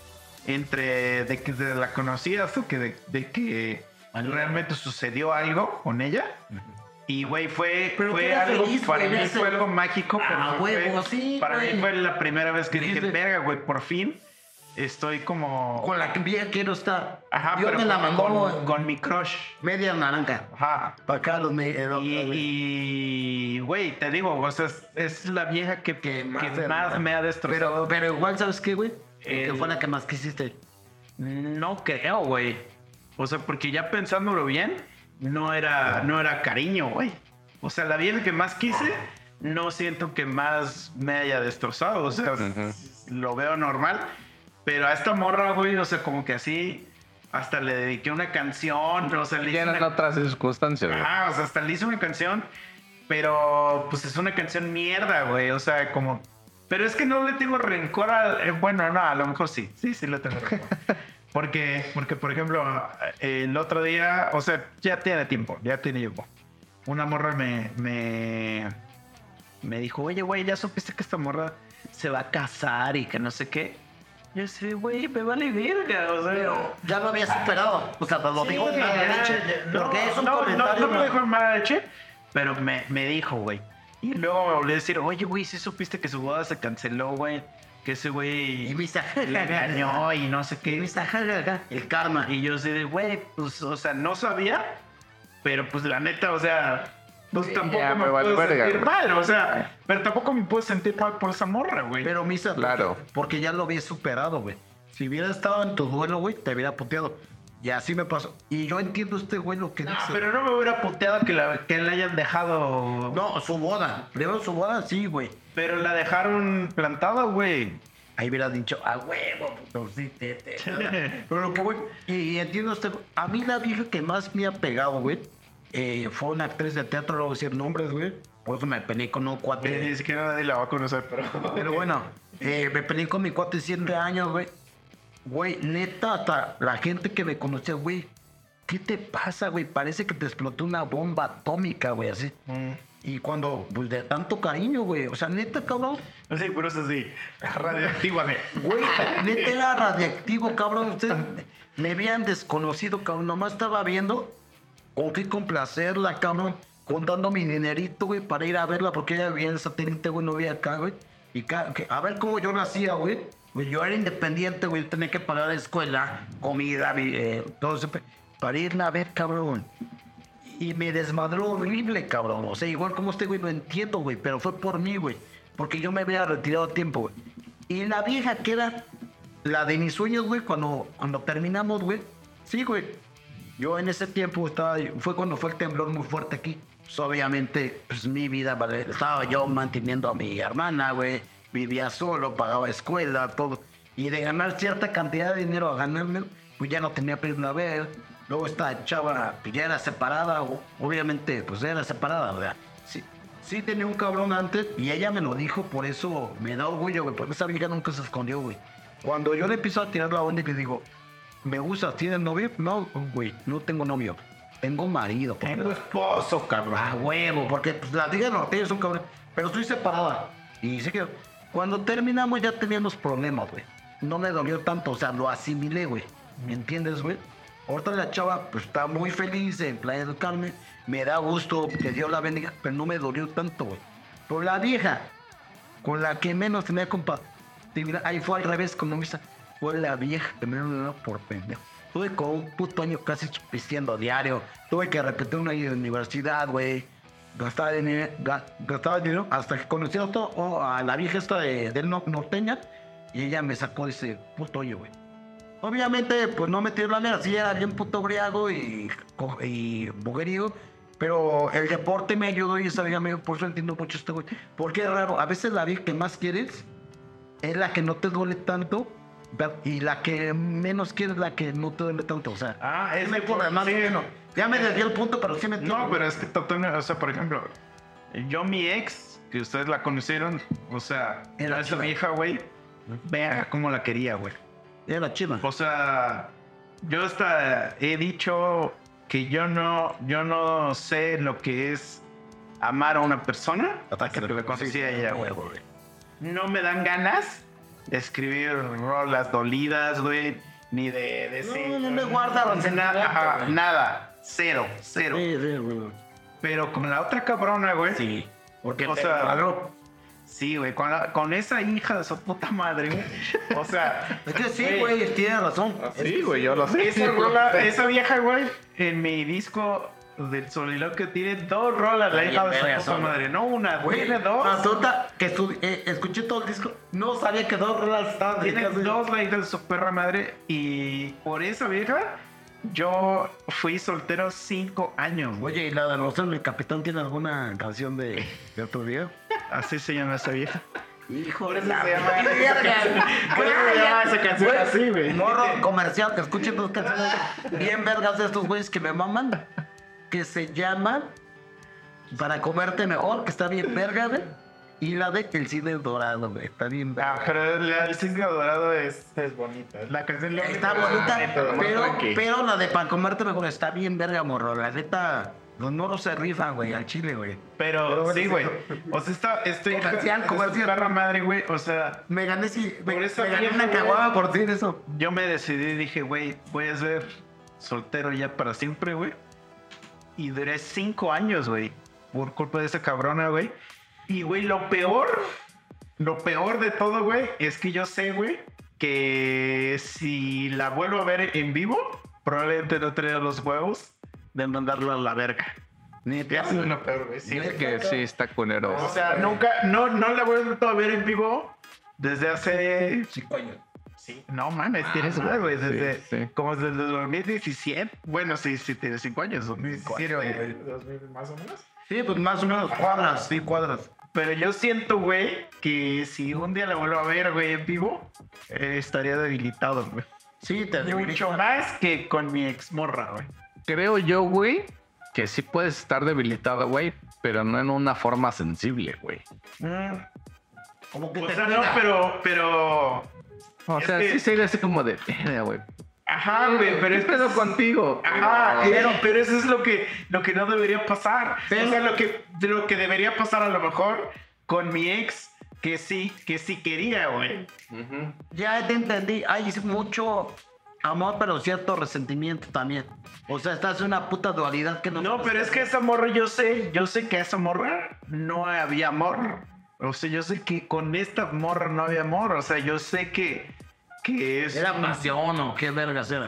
entre de que de la conocí hasta que de, de que realmente sucedió algo con ella. Y, güey, fue, Pero fue que era algo, feliz, para güey, mí ese- fue algo mágico. Ah, pero fue- huevo, sí, Para güey. mí fue la primera vez que dije, Dijiste- verga, güey, por fin estoy como... Con la que bien quiero estar. Ajá, Dios pero me la con- mandó con, con mi crush. media naranja. Ajá. Para acá los me. eh, Y, y, güey, te digo, o sea, es, es la vieja que, Que que más más, se- me ha destrozado. pero, pero igual, ¿sabes qué, güey? Que El- fue la que más quisiste. No creo, güey. O sea, porque ya pensándolo bien, no era, no era cariño, güey. O sea, la vieja que más quise no siento que más me haya destrozado. O sea, uh-huh. lo veo normal. Pero a esta morra, güey, o sea, como que así, hasta le dediqué una canción. O sea, le hice una... en otras circunstancias, güey. Ah, o sea, hasta le hice una canción. Pero, pues, es una canción mierda, güey. O sea, como... Pero es que no le tengo rencor a... Eh, bueno, no, a lo mejor sí. Sí, sí le tengo rencor. Porque, porque, por ejemplo, el otro día... O sea, ya tiene tiempo. Ya tiene tiempo. Una morra me... Me, me dijo, oye, güey, ¿ya supiste que esta morra se va a casar y que no sé qué? Yo sé, güey, me vale verga, o sea... Pero ya lo había superado. O sea, te lo sí, digo en mala leche. No, porque es un no, comentario... No, no me dijo en mala leche, pero me, me dijo, güey. Y luego me volvió a decir, oye, güey, ¿sí supiste que su boda se canceló, güey? Que ese güey y viste, le engañó y no sé qué. Y viste, el karma. Y yo sé de, güey, pues, o sea, no sabía, pero pues la neta, o sea... Pues tampoco yeah, me, me puedo verga, sentir mal, o sea, pero tampoco me puedo sentir mal por esa morra, güey. Pero, Misa, claro. Porque, porque ya lo había superado, güey. Si hubiera estado en tu duelo, güey, te hubiera puteado. Y así me pasó. Y yo entiendo este güey lo que no, dice. Pero no me hubiera puteado que, la, que le hayan dejado... No, su boda. Primero su boda, sí, güey. Pero la dejaron plantada, güey. Ahí hubiera dicho, a huevo, puto, sí, te, te. Pero lo que, güey, y, y entiendo este... A mí la vieja que más me ha pegado, güey, eh, fue una actriz de teatro, no voy a decir nombres, güey. Por eso me peleé con un cuate. Ni siquiera nadie la va a conocer, pero... Pero bueno, eh, me peleé con mi cuate de siete años, güey. Güey, neta, hasta la gente que me conocía, güey, ¿qué te pasa, güey? Parece que te explotó una bomba atómica, güey, así. Mm. Y cuando, pues, de tanto cariño, güey. O sea, neta, cabrón. Sí, pero eso sí, radioactiva, güey. Güey, neta era radiactivo, cabrón. Ustedes me habían desconocido, cabrón. Nomás estaba viendo con qué complacerla, cabrón. Contando mi dinerito, güey, para ir a verla, porque ella vivía en el satélite, güey, no vivía acá, güey. Y ca- que, a ver cómo yo lo hacía, güey. Pues yo era independiente, güey, yo tenía que pagar la escuela, comida, eh, todo eso, para irla a ver, cabrón. Y me desmadró horrible, cabrón. O sea, igual como este güey, lo entiendo, güey, pero fue por mí, güey. Porque yo me había retirado a tiempo, güey. Y la vieja que era la de mis sueños, güey, cuando, cuando terminamos, güey. Sí, güey. Yo en ese tiempo estaba, fue cuando fue el temblor muy fuerte aquí. Pues obviamente, pues mi vida, ¿vale? Estaba yo manteniendo a mi hermana, güey. Vivía solo, pagaba escuela, todo. Y de ganar cierta cantidad de dinero a ganarme, pues ya no tenía pena a ver. Luego esta chava, pues ya era separada, obviamente, pues era separada, ¿verdad? Sí, sí tenía un cabrón antes y ella me lo dijo, por eso me da orgullo, güey, porque esa vieja nunca se escondió, güey. Cuando yo le empiezo a tirar la onda y le digo, ¿me gusta? ¿Tienes novio? No, güey, no tengo novio. Tengo marido. Tengo esposo, cabrón. Ah, huevo, porque pues, las viejas norteñas son cabrón. Pero estoy separada. Y sé que cuando terminamos ya teníamos problemas, güey. No me dolió tanto, o sea, lo asimilé, güey. ¿Me entiendes, güey? Ahorita la chava, pues, está muy feliz en Playa del Carmen. Me da gusto, que Dios la bendiga, pero no me dolió tanto, güey. Pero la vieja, con la que menos tenía compatibilidad, ahí fue al revés, como me fue la vieja que me dio por pendejo. Tuve con un puto año casi pisteando diario. Tuve que repetir una universidad, güey. Gastaba dinero, gastaba dinero hasta que conocí a, otro, oh, a la vieja esta de, de norteña y ella me sacó de ese puto hoyo, güey. Obviamente, pues no me tiró la mera, sí era bien puto briago y, y boguerío, pero el deporte me ayudó y esa vieja me por eso entiendo mucho este güey. Porque es raro, a veces la vieja que más quieres es la que no te duele tanto y la que menos quieres es la que no te duele tanto, o sea. Ah, es mejor, hermano. Sí, no. Ya me desvié el punto, pero sí me entiendo. No, pero es que totalmente, o sea, por ejemplo, yo mi ex, que ustedes la conocieron, o sea, era esa vieja, güey, vea cómo la quería, güey. Era chida. O sea, yo hasta he dicho que yo no, yo no sé lo que es amar a una persona hasta que me conocí a ella, güey. No me dan ganas de escribir rolas dolidas, güey, ni de decir... No, no me guardaron de nada, ajá, nada. Cero, cero. Sí, sí, güey. Pero con la otra cabrona, güey. Sí. Porque, o sea, algo. Sí, güey, con, la, con esa hija de su puta madre, güey. O sea. Es que sí, güey, tienes razón. Sí, güey, yo lo sé. Esa, rola, esa vieja, güey, en mi disco del soliloquio tiene dos rolas, la hija de su puta madre. No una, güey, tiene dos. Resulta que su, eh, escuché todo el disco, no sabía que dos rolas estaban. Tiene dos, la hija de su perra madre. Y por esa vieja. Yo fui soltero cinco años. Oye, ¿y la de Rosendo, el capitán, tiene alguna canción de, de otro día? Así se llama esa vieja. Hijo Por de eso la se llama- verga. Por eso se llama esa canción Güey, así, güey. Morro comercial, que escuchen dos canciones bien vergas de estos güeyes que me maman. Que se llaman Para comerte mejor, que está bien verga, güey. Y la de El Cine Dorado, güey. Está bien verga. Ah, pero la del cisne dorado es, es bonita. La canción Está bonita, pero, pero, pero la de Para comerte mejor está bien verga, morro. La neta, los moros se rifan, güey, al chile, güey. pero sí, güey. O sea, está, estoy Comercial, esta comercial. perra madre, güey. O sea, Me gané, sí, me, Por esa me gané vieja, una caguada por ti de eso. yo me decidí y dije, güey, voy a ser soltero ya para siempre, güey. Y duré cinco años, güey, por culpa de esa cabrona, güey. Y, güey, lo peor, lo peor de todo, güey, es que yo sé, güey, que si la vuelvo a ver en vivo, probablemente no tendría los huevos de mandarlo a la verga. Neta, eso es lo peor, güey. Sí, Es que sí está culero. o sea, nunca, no, no la he vuelto a ver en vivo desde hace... Cinco años. Sí. No mames, tienes güey, güey, desde, sí. como desde el dos mil diecisiete. Bueno, sí, sí, tienes cinco años, dos mil diecisiete, güey. más o menos. Sí, pues más o menos cuadras, sí, cuadras. Pero yo siento, güey, que si un día la vuelvo a ver, güey, en vivo, eh, estaría debilitado, güey. Sí, te Mucho más que con mi ex morra, güey. Creo yo, güey, que sí puedes estar debilitado, güey, pero no en una forma sensible, güey. Como que O te sea, no, pega. pero, pero... O Es sea, que- sí sería así como de, "Verga, güey. Ajá, güey, pero ¿Qué es pedo contigo? Ajá, Pero- pero, pero eso es lo que, lo que no debería pasar. Pero- o sea, lo que, lo que debería pasar a lo mejor con mi ex, que sí, que sí quería, güey. Ya te entendí. Hay mucho amor, pero cierto resentimiento también. O sea, estás en una puta dualidad que no... No, pero es que esa morra, yo sé, yo sé que esa morra no había amor. O sea, yo sé que con esta morra no había amor. O sea, yo sé que, que es... ¿Era pasión o qué vergas era?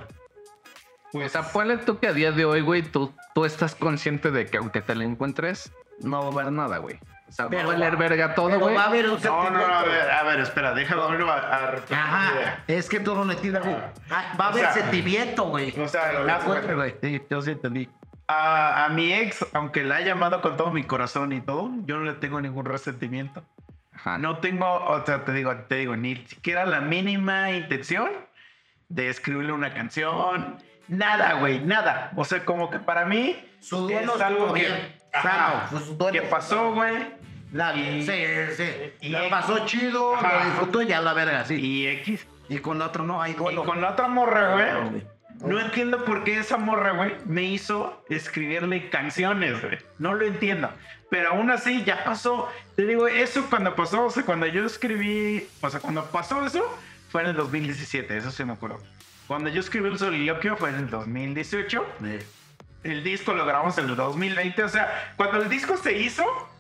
O sea, ponle tú que a día de hoy, güey, tú, tú estás consciente de que aunque te la encuentres, no va a haber nada, güey. O sea, Pero va a valer va- verga todo, pero güey. va a haber un No, no, no, a sentimiento. ver, a ver, espera, déjame volver a, a repetir mi Ajá, idea. es que tú no le entiendes, güey. Ah, Va a O haber sea, sentimiento, güey. o sea, Me haz acuerdo, cuenta. güey. Sí, yo sí entendí. A, a mi ex, aunque la haya amado con todo mi corazón y todo, yo no le tengo ningún resentimiento. Ajá. No tengo, o sea, te digo, te digo, ni siquiera la mínima intención de escribirle una canción. Nada, güey, nada. O sea, como que para mí Su duelo es algo estuvo que, bien, ajá, sano, pues, su duelo que estuvo pasó, güey. La, Y- sí, sí. y- La pasó chido, Ajá. lo disfrutó y ya la verga, sí. Y X. Y con la otra no hay Y duelo. con la otra morra, güey. No entiendo por qué esa morra, güey, me hizo escribirle canciones, güey. No lo entiendo. Pero aún así ya pasó. Te digo, eso cuando pasó, o sea, cuando yo escribí, o sea, cuando pasó eso, fue en el dos mil diecisiete, eso sí me acuerdo. Cuando yo escribí el soliloquio fue en el dos mil dieciocho. Sí. El disco lo grabamos en el dos mil veinte. O sea, cuando el disco se hizo,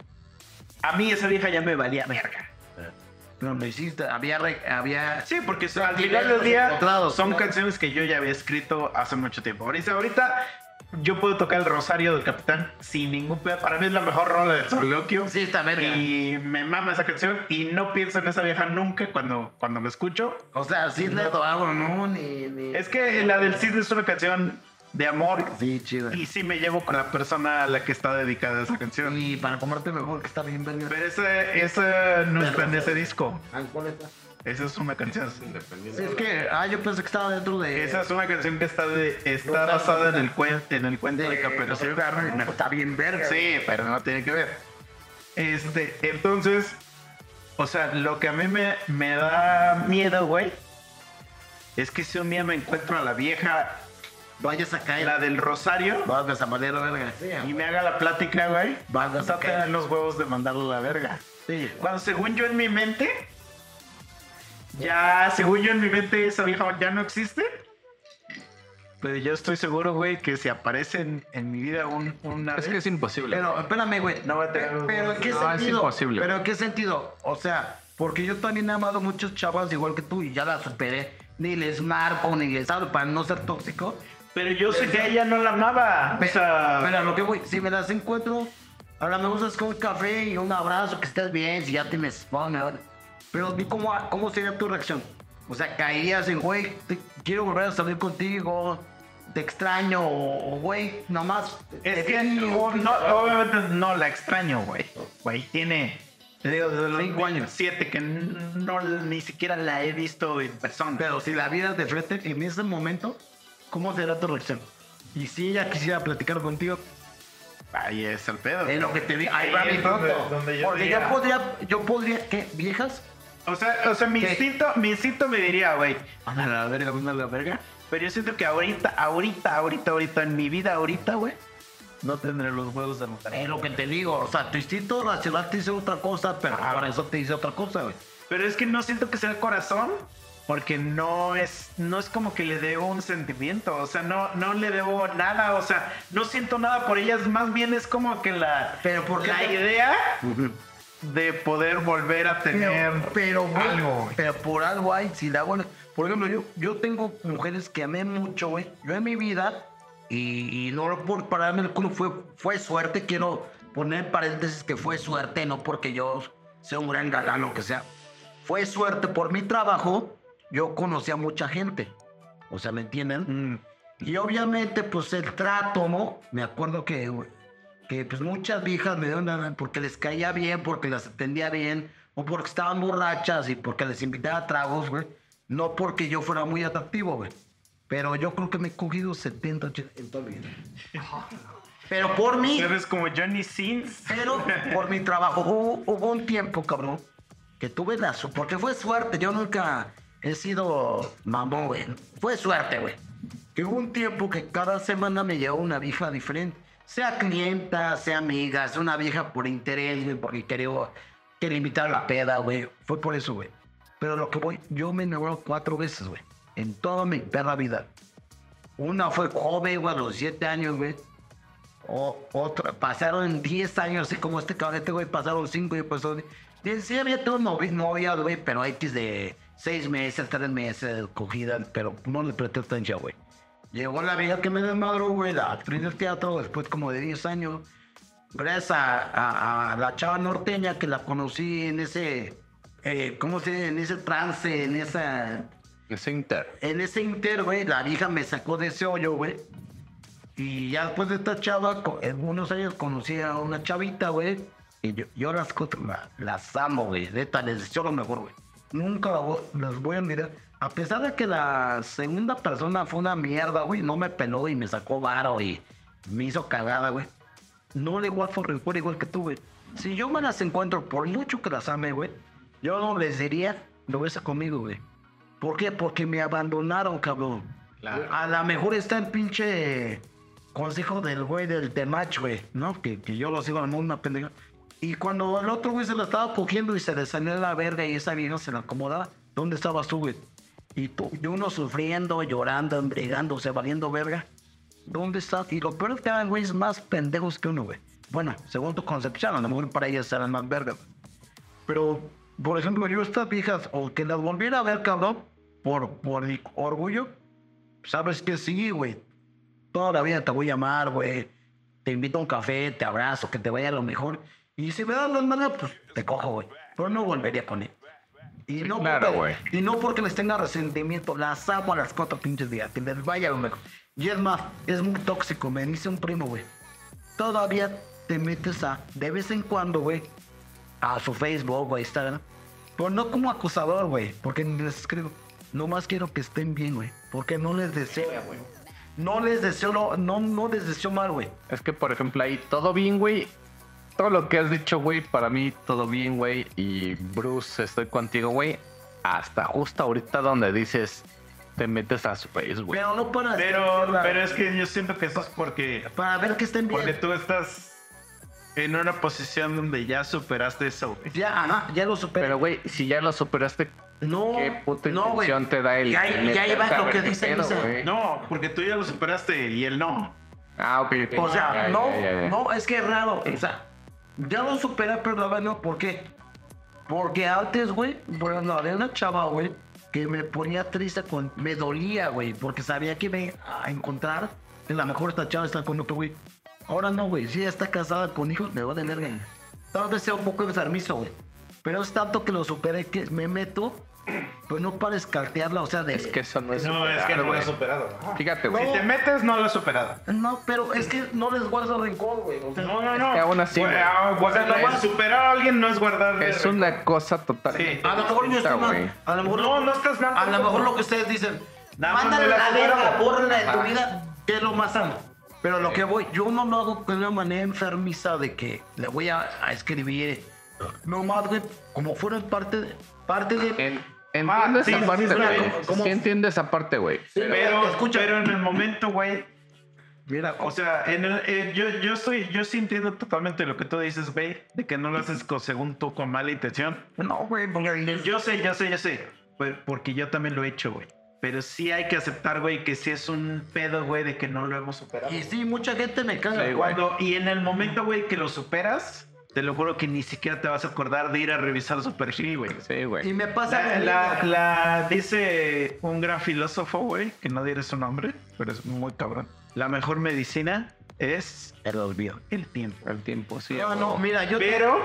a mí esa vieja ya me valía verga. Pero lo hiciste, había... re- había... Sí, porque so- al final del día encontrados, son claro. canciones que yo ya había escrito hace mucho tiempo. Ahorita, ahorita yo puedo tocar el Rosario del Capitán sin ningún pedo. Para mí es la mejor rola de soliloquio. Sí, está verga. Y me mama esa canción y no pienso en esa vieja nunca cuando, cuando lo escucho. O sea, sí le dorado, no, ni... ni... Es que la del Cisne es una canción de amor. Sí, chido. Y sí me llevo con la persona a la que está dedicada esa canción. Y para comerte mejor, que está bien verga. Pero ese, ese no está en ese disco. Ah, ¿cuál está? Esa es una canción. Sí, es que... Ah, yo pensé que estaba dentro de... Esa es una canción que está, de, está basada en el, cuen, en el cuento de, de Caperucita. Caperucita. Está bien verga. Sí, pero no tiene que ver. Este, entonces, o sea, lo que a mí me, me da miedo, güey, es que si un día me encuentro a la vieja, Vayas a caer. la del Rosario, Vas a valer verga. Sí, y me haga la plática, güey, Vas a vas a tener caer. los huevos de mandarlo a la verga. Sí. Cuando según yo en mi mente, ya, según yo en mi mente, esa vieja ya no existe. Pero yo estoy seguro, güey, que si aparece en, en mi vida un, una Es vez, que es imposible. Pero espérame, güey. no va a tener... Pero ¿en qué No, es sentido? imposible. Pero ¿en qué sentido? O sea, porque yo también he amado muchas chavas igual que tú y ya las superé. Ni les marco, ni les hablo para no ser tóxico. Pero yo sé que ella no la amaba. O sea, Pero a lo que voy, si me las encuentro, ahora me gustas con un café y un abrazo, que estés bien, si ya tienes phone, ahora. Pero di cómo, cómo sería tu reacción. O sea, caerías en, güey, te- quiero volver a salir contigo, te extraño, o, o, güey, nomás. es te que vi, no, no, obviamente no la extraño, güey. Güey, tiene Te digo, desde los Cinco años. siete, que no ni siquiera la he visto en persona. Pero si la vieras de frente en ese momento, ¿cómo será tu reacción? Y si ella quisiera platicar contigo, Ahí es el pedo. es lo que te digo. Ahí va Ahí mi es donde- punto. donde yo Porque diría- yo podría, yo podría, ¿qué? ¿Viejas? O sea, o sea mi, ¿Qué? instinto, mi instinto me diría, güey. Anda la verga, anda la verga. Pero yo siento que ahorita, ahorita, ahorita, ahorita, en mi vida, ahorita, güey, no tendré los huevos de mujer. Es lo que te digo. O sea, tu instinto racional te dice otra cosa, pero para eso te dice otra cosa, güey. Pero es que no siento que sea el corazón, porque no es, no es como que le debo un sentimiento, o sea, no, no le debo nada, o sea, no siento nada por ellas, más bien es como que la, Pero ¿por qué la te- idea de poder volver a tener Pero, pero, güey, algo, güey. pero por algo hay, si la hago, por ejemplo, yo, yo tengo mujeres que amé mucho, güey, yo en mi vida, y, y no por pararme el culo, fue, fue suerte, quiero poner en paréntesis que fue suerte, no porque yo sea un gran galán o que sea, fue suerte por mi trabajo, yo conocí a mucha gente, o sea, ¿me entienden? Mm, Y obviamente, pues el trato, ¿no? Me acuerdo que, que pues muchas viejas me dieron porque les caía bien, porque las atendía bien, o porque estaban borrachas y porque les invitaba a tragos, güey. No porque yo fuera muy atractivo, güey. Pero yo creo que me he cogido setenta, ochenta en toda mi vida. Pero por mí, Eres como Johnny Sins. pero por mi trabajo. Hubo, hubo un tiempo, cabrón, que tuve la su... Porque fue suerte, yo nunca he sido mamón, güey. Fue suerte, güey. Que hubo un tiempo que cada semana me llegó una vieja diferente. Sea clienta, sea amiga, sea una vieja por interés, güey, porque quería, quería invitar a la peda, güey. Fue por eso, güey. Pero lo que voy, yo me enamoré cuatro veces, güey. En toda mi perra vida. Una fue joven, güey, a los siete años, güey. O, otra, pasaron diez años, así como este cabrón, este güey, pasaron cinco y pasó. Sí, había todo novi- novia, güey, pero X de seis meses, tres meses, cogida, pero no le presté atención, güey. Llegó la vieja que me desmadró, güey, la actriz del teatro, después como de diez años. Gracias a, a- a la chava norteña que la conocí en ese, eh, ¿cómo se dice? En ese trance, en esa, Ese inter. en ese inter, güey, la vieja me sacó de ese hoyo, güey. Y ya después de esta chava, co- en unos años conocí a una chavita, güey. Y yo, yo las, co- la- las amo, güey. Neta, les deseo lo mejor, güey. Nunca la vo- las voy a olvidar. A pesar de que la segunda persona fue una mierda, güey. No me peló y me sacó varo y me hizo cagada, güey. No le guardo recuerdo igual que tú, güey. Si yo me las encuentro, por mucho que las ame, güey, yo no les diría, lo ves conmigo, güey. ¿Por qué? Porque me abandonaron, cabrón. Claro. A lo mejor está el pinche consejo del güey del Temach, güey, ¿no? Que, que yo lo sigo en una pendeja. Y cuando el otro güey se la estaba cogiendo y se le salió la verga y esa vieja se la acomodaba, ¿dónde estabas tú, güey? Y tú, y uno sufriendo, llorando, embriagándose, valiendo verga. ¿Dónde estás? Y lo peor es que eran güeyes más pendejos que uno, güey. Bueno, según tu concepción, a lo mejor para ellas eran más vergas. Pero, por ejemplo, yo estas viejas, o que las volviera a ver, cabrón, por, por mi orgullo, sabes que sí, güey. Toda la vida te voy a llamar, güey. Te invito a un café, te abrazo, que te vaya lo mejor. Y si me dan las manos, pues te cojo, güey. Pero no volvería con él. Y no, claro, porque, güey. y no porque les tenga resentimiento, las amo a las cuatro pinches días, que les vaya lo mejor. Y es más, es muy tóxico, me dice un primo, güey. Todavía te metes a, de vez en cuando, güey, a su Facebook o Instagram. Pero no como acusador, güey, porque ni les escribo. Nomás quiero que estén bien, güey, porque no les deseo, güey. No les deseo, lo- no, no les deseo mal, güey. Es que, por ejemplo, ahí todo bien, güey. Todo lo que has dicho, güey, para mí todo bien, güey. Y Bruce, estoy contigo, güey. Hasta justo ahorita donde dices, te metes a su face, güey. Pero no para... Pero, pero es que yo siento que eso es porque, Para ver que estén bien. porque tú estás en una posición donde ya superaste eso, güey. Ya, ajá, ya lo superé. Pero, güey, si ya lo superaste, no, ¿qué puta no, güey. intención te da el Ya, ya meterte iba a lo ver que qué dice, pedo, dice. güey? No, porque tú ya lo superaste y él no. Ah, ok, ok. O sea, Ya, no, ya, ya, ya. no, es que es raro. O sea, ya lo superé, pero la verdad no. ¿Por qué? Porque antes, güey, bueno, había una chava, güey, que me ponía triste, con, me dolía, güey, porque sabía que me a encontrar. A lo mejor esta chava está con otro, güey. Ahora no, güey, si ella está casada con hijos, me va a tener, güey. Tal vez sea un poco enfermizo, güey. Pero es tanto que lo superé que me meto pues no para escartearla, o sea, de... Es que eso no es No, es que no lo güey. he superado. Fíjate, güey. Si te metes, no lo he superado. No, pero es que no les guardo rencor, güey. O sea, No, no, no. que aún así, Güey, güey. ah, o sea, nomás superar a alguien no es guardar. Es de- una cosa total. Sí. a lo mejor yo estoy güey. mal. A lo mejor No, no estás mal. A lo mejor lo que ustedes dicen, Nada más mándale me la la supero. verga, bórrala de tu Ah. vida, que es lo más sano. Pero lo que voy, yo no lo hago con una manera enfermiza de que le voy a, a escribir. No más, güey, como fuera parte de... Parte de En- Entiendo Ah, sí, esa sí, parte, sí, güey. como- como- Sí entiendo esa parte, güey. Pero, escucha. pero en el momento, güey. Mira, O sea, en el, eh, yo, yo, estoy, yo sí entiendo totalmente lo que tú dices, güey. De que no lo haces con, según tú con mala intención. no, güey, porque... Yo sé, yo sé, yo sé. Pues, porque yo también lo he hecho, güey. Pero sí hay que aceptar, güey, que sí es un pedo, güey, de que no lo hemos superado. Y sí, mucha gente me caga. Sí, güey. Cuando, y en el momento, güey, que lo superas, te lo juro que ni siquiera te vas a acordar de ir a revisar su perfil, güey. Sí, Y güey. me pasa... La, la, la- dice un gran filósofo, güey, que no diré su nombre, pero es muy cabrón. La mejor medicina es El olvido. el tiempo. El tiempo, sí. No, güey. no, mira, yo... Pero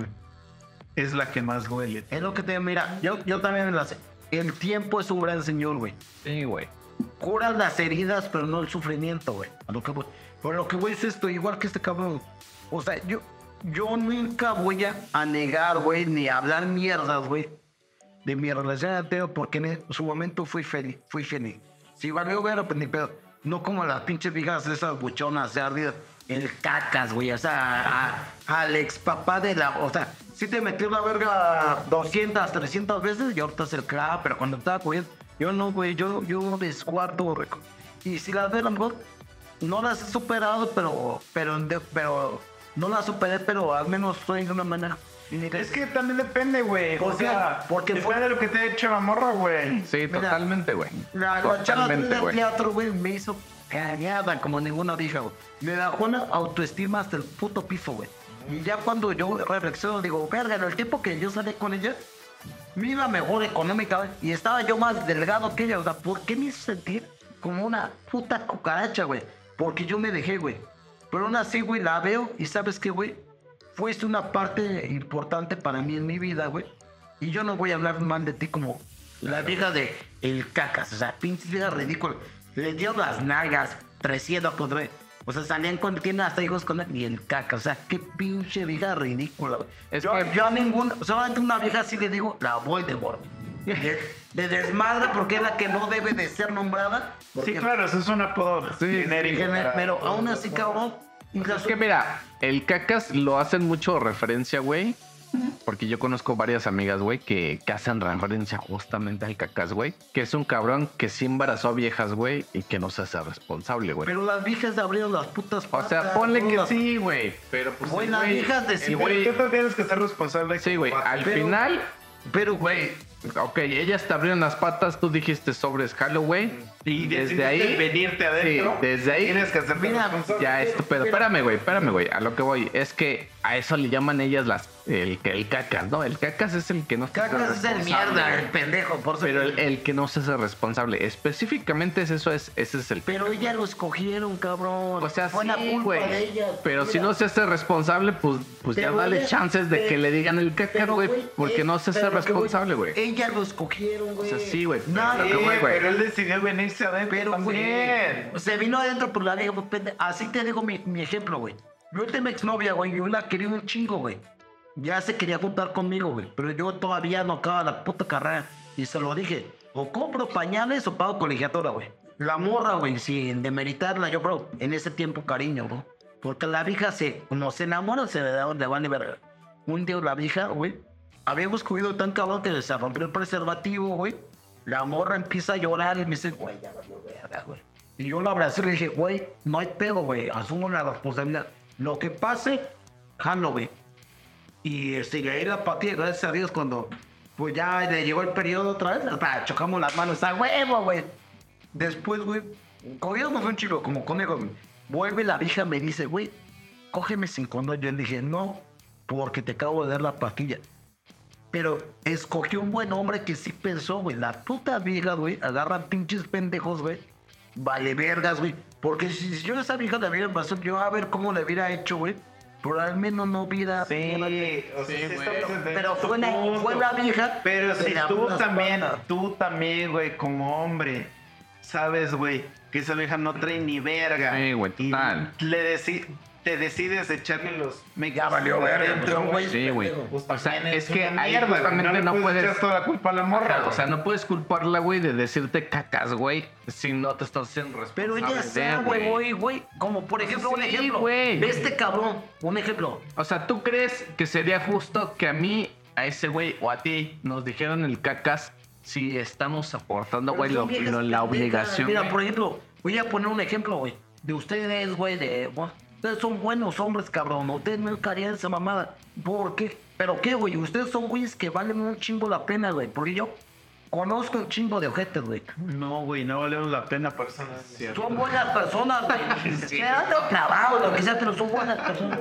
es la que más duele. Es lo que te... Mira, yo, yo también la sé. El tiempo es un gran señor, güey. Sí, güey. Curas las heridas, pero no el sufrimiento, güey. A lo que voy. Pero lo que voy es esto, igual que este cabrón. O sea, yo, yo nunca voy a, a negar, güey, ni a hablar mierdas, güey, de mi relación ateo, porque en su momento fui feliz, fui feliz. Si valió ver, pues ni pedo. No como las pinches viejas de esas buchonas de ardidas. El cacas, güey. O sea, a- a- al ex papá de la. O sea, sí te metió la verga doscientas, trescientas veces y ahorita es el crack, pero cuando estaba cogiendo. Yo no, güey. Yo, yo descuarto, reco. Y si las veo, a lo mejor no las he superado, pero. Pero, de- pero no las superé, pero al menos estoy de una manera. Es que también depende, güey. ¿Por O qué? sea, Porque depende fue- de lo que te ha hecho la morra, güey. Sí, Mira, totalmente, güey. La, la chava Totalmente, del güey. teatro, güey, me hizo cagada como ninguna vieja, güey. Me bajó una autoestima hasta el puto piso, güey. Y ya cuando yo reflexiono, digo, verga, en el tiempo que yo salí con ella, me iba mejor económica, güey. Y estaba yo más delgado que ella, o sea, ¿por qué me hizo sentir como una puta cucaracha, güey? Porque yo me dejé, güey. Pero aún así, güey, la veo y ¿sabes qué, güey? Fuiste una parte importante para mí en mi vida, güey. Y yo no voy a hablar mal de ti como la vieja de el cacas. O sea, pinche vieja ridícula. Le dio las nalgas, trescientos contra... O sea, salían con... Tienen hasta hijos con él y el caca. O sea, qué pinche vieja ridícula, güey. Es yo, que- yo a ninguna... Solamente una vieja así le digo, la voy de bordo. De, de desmadre porque es la que no debe de ser nombrada. Sí, porque- claro, eso es un apodo genérico. Gener- Pero aún así, cabrón... Es que mira, el cacas lo hacen mucho referencia, güey. Porque yo conozco varias amigas, güey, que, que hacen referencia justamente al cacas, güey. Que es un cabrón que sí embarazó a viejas, güey, y que no se hace responsable, güey. Pero las viejas abrieron las putas O patas. sea, ponle que todas. sí, güey. Pero pues. Güey, el las güey- viejas de el sí, güey- Tú te tienes que ser responsable. Sí, güey. Al Pero- final, Pero, güey, ok, ellas te abrieron las patas, tú dijiste sobres Halloween. Y desde ahí. venirte adentro. Sí, desde ahí. Tienes que hacerte Mira, responsable. Ya, estúpido. Espérame, güey, espérame, güey. A lo que voy es que a eso le llaman ellas las. El, el cacas, ¿no? El cacas es el que no se hace cacas es el responsable, mierda, güey. el pendejo, por eso. Pero el, el que no se hace responsable. Específicamente es eso, es, ese es el. Pero ellas lo escogieron, cabrón. O sea, Fue sí, la culpa güey. de ellas. Pero si Mira, no se hace responsable, pues, pues ya pero dale ellas- chances de pero- que le digan el cacas, pero, güey. güey, Porque eh, no se hace pero lo que voy- responsable, güey. Ellas lo escogieron, güey. O sea, sí, güey, pero Nadie, lo que Sí, voy, güey. pero él decidió venirse adentro Pero, también. güey, se vino adentro por la vieja, pues, pendejo. Así te digo mi, mi ejemplo, güey. Yo tengo mi exnovia, güey, yo la quería un chingo, güey. Ya se quería juntar conmigo, güey. Pero yo todavía no acaba la puta carrera. Y se lo dije, o compro pañales o pago colegiatura, güey. La morra, güey, sin demeritarla, yo, bro, en ese tiempo cariño, bro. Porque la vieja se, no se enamora, se le da de van y verga. Un día la vieja, güey, habíamos cogido tan cabrón que se rompió el preservativo, güey. La morra empieza a llorar y me dice, güey, ya valió verga, güey. Y yo la abracé y le dije, güey, no hay pedo, güey, asumo la responsabilidad. Lo que pase, jalo, güey. Y este, y ahí la patía, gracias a Dios, cuando pues ya le llegó el periodo otra vez, hasta chocamos las manos a huevo, güey. Después, güey, cogíamos un chico como conejo, güey. Vuelve la vieja, me dice, güey, cógeme sin condón. Yo le dije, no, porque te acabo de dar la pastilla. Pero escogió un buen hombre que sí pensó, güey. La puta vieja, güey, agarran pinches pendejos, güey. Vale vergas, güey. Porque si, si yo a esa vieja le hubiera pasado, yo a ver cómo le hubiera hecho, güey. Pero al menos no hubiera... Sí, o sea, Sí, sí güey. estamos entendiendo Pero tu fue, una, punto. fue la vieja... Pero de si la- tú las también, patas. tú también, güey, como hombre, sabes, güey, que esa vieja no trae ni verga. Sí, güey, y total. le deci- te decides echarle los Ya valió verga, dentro, pues, güey. Sí, güey. Pues O sea, también es que una ahí mierda, güey. justamente le no puedes... echar toda la culpa a la morra, Ajá, güey. o sea, no puedes culparla, güey, de decirte cacas, güey, si no te estás haciendo Pero responsable ella de, sabe, güey, güey. Como por ejemplo, un Sí, ejemplo. güey. De este cabrón, un ejemplo. O sea, ¿tú crees que sería justo que a mí, a ese güey o a ti nos dijeran el cacas si estamos aportando, güey, Pero lo- son viejas lo- la pendejas. obligación? Mira, güey? por ejemplo, voy a poner un ejemplo, güey. De ustedes, güey, de... bueno, ustedes son buenos hombres, cabrón. Ustedes no caerían esa mamada. ¿Por qué? ¿Pero qué, güey? Ustedes son güeyes que valen un chingo la pena, güey. Porque yo conozco un chingo de ojetes, güey. No, güey, no valemos la pena personas. Son buenas personas, güey. Se han clavado, lo que sea, pero son buenas personas.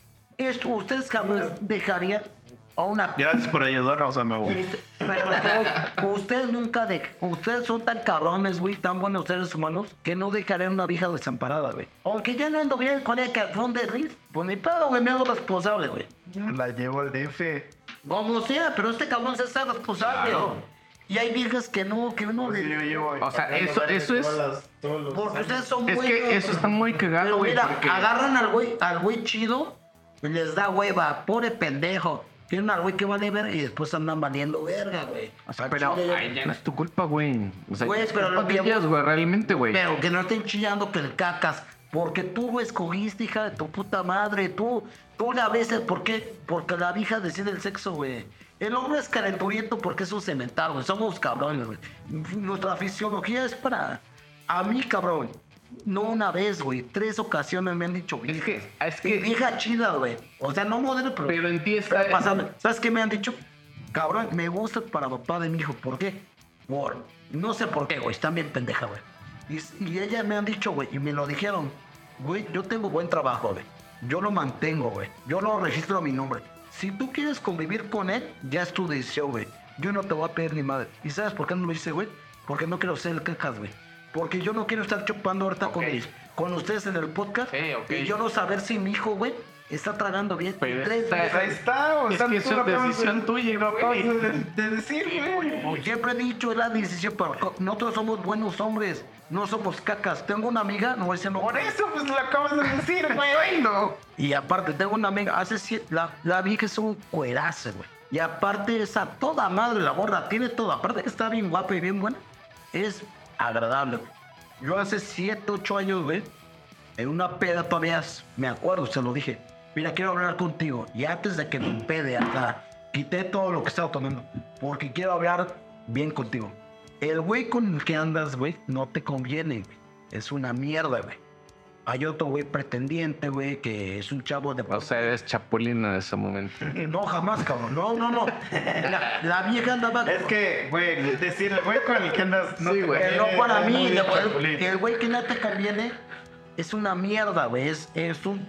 Esto, ustedes, cabrón, dejarían a una... Gracias por ayudarnos, amigo. Usted- Pero pero ustedes nunca de, ustedes son tan cabrones, güey, tan buenos seres humanos que no dejarían una vieja desamparada, güey. Aunque ya no ando bien con el cajón de Riz, pues ni pedo, güey, me hago responsable, güey. La llevo al D F. Como sea, pero este cabrón se está responsable. Claro. Y hay viejas que no, que no Yo le... llevo O sea, eso- eso es- Porque ustedes son Es buenos. que eso está muy cagado, Pero güey, mira, porque... agarran al güey, al güey chido y les da hueva, pobre pendejo. Tienen al güey que vale verga y después andan valiendo verga, güey. O sea, pero Chile, ay, ya no es tu culpa, güey. O sea, Güey, es pero culpa lo de que- ellas, güey, realmente, güey. Pero que no estén chillando que el cacas. Porque tú lo escogiste, hija de tu puta madre. Tú, tú la besas. ¿Por qué? Porque la vieja decide el sexo, güey. El hombre es calenturiento porque es un cemental, güey. Somos cabrones, güey. Nuestra fisiología es para... A mí, cabrón. No una vez, güey. Tres ocasiones me han dicho, Es que, es Y que... vieja chida, güey. O sea, no modelo, pero... Pero en ti está... Pero pasable. ¿Sabes qué me han dicho? Cabrón, me gusta para papá de mi hijo. ¿Por qué? Por... No sé por qué, güey. Están bien pendeja, güey. Y, y ellas me han dicho, güey, y me lo dijeron. Güey, yo tengo buen trabajo, güey. Yo lo mantengo, güey. Yo lo registro a mi nombre. Si tú quieres convivir con él, ya es tu decisión, güey. Yo no te voy a pedir ni madre. ¿Y sabes por qué no lo hice, güey? Porque no quiero ser el cacas, güey. Porque yo no quiero estar chupando ahorita con, Ok. mis- con ustedes en el podcast. Sí, ok. Y yo no saber si mi hijo, güey, está tragando bien. Pero Y tres está- veces- Ahí está, o Es sea, que tú eso lo es acabas decisión de- tuya, lo acabas güey. de, de decir, güey. Como siempre he dicho, es la decisión, pero co- nosotros somos buenos hombres, no somos cacas. Tengo una amiga, no voy a decir no. Por eso, pues lo acabas de decir, güey. No. Y aparte, tengo una amiga, hace siete, la, la vieja es un cuerazo, güey. Y aparte, esa toda madre, la borra, tiene todo. Aparte que está bien guapa y bien buena, es agradable, güey. Yo hace siete, ocho años, güey, en una peda todavía, me acuerdo, se lo dije. Mira, quiero hablar contigo. Y antes de que me empede, hasta quité todo lo que estaba tomando. Porque quiero hablar bien contigo. El güey con el que andas, güey, no te conviene, güey. Es una mierda, güey. Hay otro güey pretendiente, güey, que es un chavo de... O sea, eres chapulín en ese momento. No, jamás, cabrón. No, no, no. La, la vieja andaba... Es que, güey, decir el güey con el que andas no Sí, te güey. Eh, conviene, no para es mí. muy el- chapulín. El güey que no te conviene es una mierda, güey. Es, es un...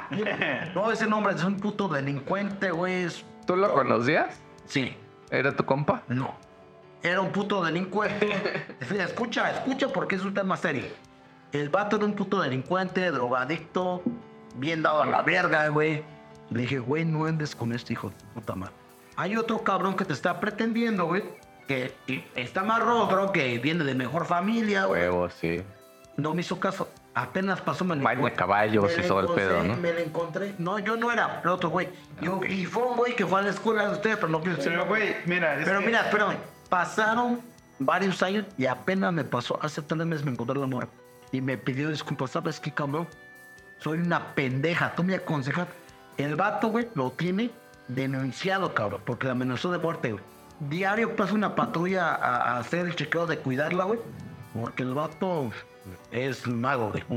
No, ese nombre es un puto delincuente, güey. Es... ¿Tú lo conocías? Sí. ¿Era tu compa? No. Era un puto delincuente. Escucha, escucha porque es un tema serio. El vato era un puto delincuente, drogadicto, bien dado a la verga, güey. Le dije, güey, no andes con este hijo de puta madre. Hay otro cabrón que te está pretendiendo, güey, que y está más rostro, que viene de mejor familia, güey. Huevo, sí. No me hizo caso. Apenas pasó, me lo Baile de encontré. caballos Me y lo todo el encontré, pedo, ¿no? Me lo encontré. No, yo no era, el otro güey. Yo, y fue un güey que fue a la escuela de ustedes, pero no quiero decir. Pero, güey, mira, es Pero que- mira, espérame, pasaron varios años y apenas me pasó, hace tres meses me encontré la morra y me pidió disculpas, ¿sabes qué, cabrón? Soy una pendeja, tú me aconsejas. El vato, güey, lo tiene denunciado, cabrón, porque la amenazó de muerte, güey. Diario pasa una patrulla a, a hacer el chequeo de cuidarla, güey, porque el vato es mago, güey.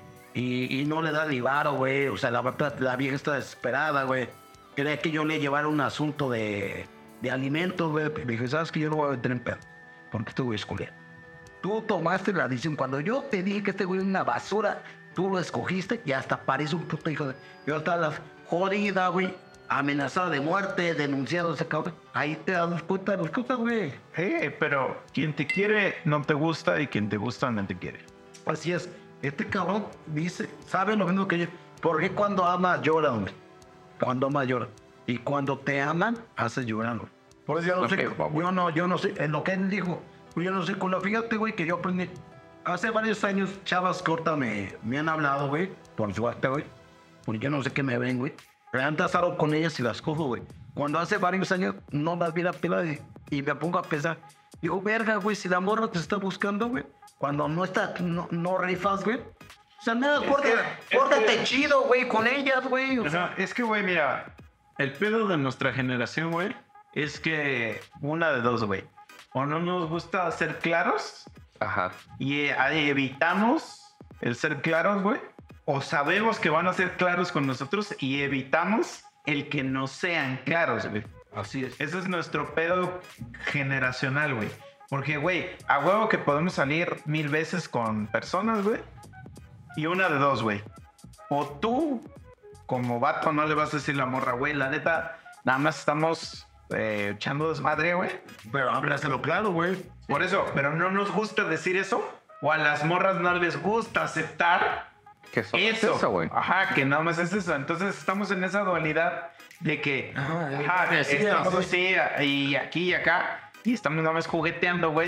Y, y no le da ni varo, güey, o sea, la, la vieja está desesperada, güey. Quería que yo le llevara un asunto de, de alimentos, güey. Le dije, ¿sabes que yo no voy a meter en pedo? Porque este güey es culero. Tú tomaste la decisión. Cuando yo te dije que este güey es una basura, tú lo escogiste y hasta parece un puto hijo de... Yo estaba la jodida, güey. Amenazada de muerte, denunciado ese cabrón. Ahí te das cuenta de las cosas, güey. Eh, pero quien te quiere no te gusta y quien te gusta no te quiere. Así es. Este cabrón dice, sabe lo mismo que yo. ¿Por qué cuando ama llora, güey? cuando más lloran. Y cuando te aman, haces llorar, güey. Por eso yo no Ok, sé, va, güey. yo no, yo no sé, en lo que él dijo, yo no sé, con la fíjate, güey, que yo aprendí. Hace varios años, chavas cortas me, me han hablado, güey, por suerte, güey. Porque yo no sé qué me ven, güey. Pero antes salgo con ellas y las cojo, güey. Cuando hace varios años no las vi la pila y, y me pongo a pensar. Digo, verga, güey, si la morra te está buscando, güey. Cuando no está, no, no rifas, güey. O sea, nada, córtate, que- córtate es que- chido, güey, con ellas, güey. O O sea, sea, es que, güey, mira, el pedo de nuestra generación, güey, es que una de dos, güey. O no nos gusta ser claros Ajá. y eh, evitamos el ser claros, güey. O sabemos que van a ser claros con nosotros y evitamos el que no sean claros, güey. así es. Ese es nuestro pedo generacional, güey. Porque, güey, a huevo que podemos salir mil veces con personas, güey. Y una de dos, güey. O tú, como vato, no le vas a decir la morra, güey. La neta, nada más estamos eh, echando desmadre, güey. Pero háblaselo claro, güey. Por eso, pero no nos gusta decir eso. O a las morras no les gusta aceptar ¿Qué eso? eso. Eso, güey. Ajá, que nada más es eso. Entonces estamos en esa dualidad de que, Ajá, ajá, sí, estamos sí. así y aquí y acá. Y estamos nada más jugueteando, güey.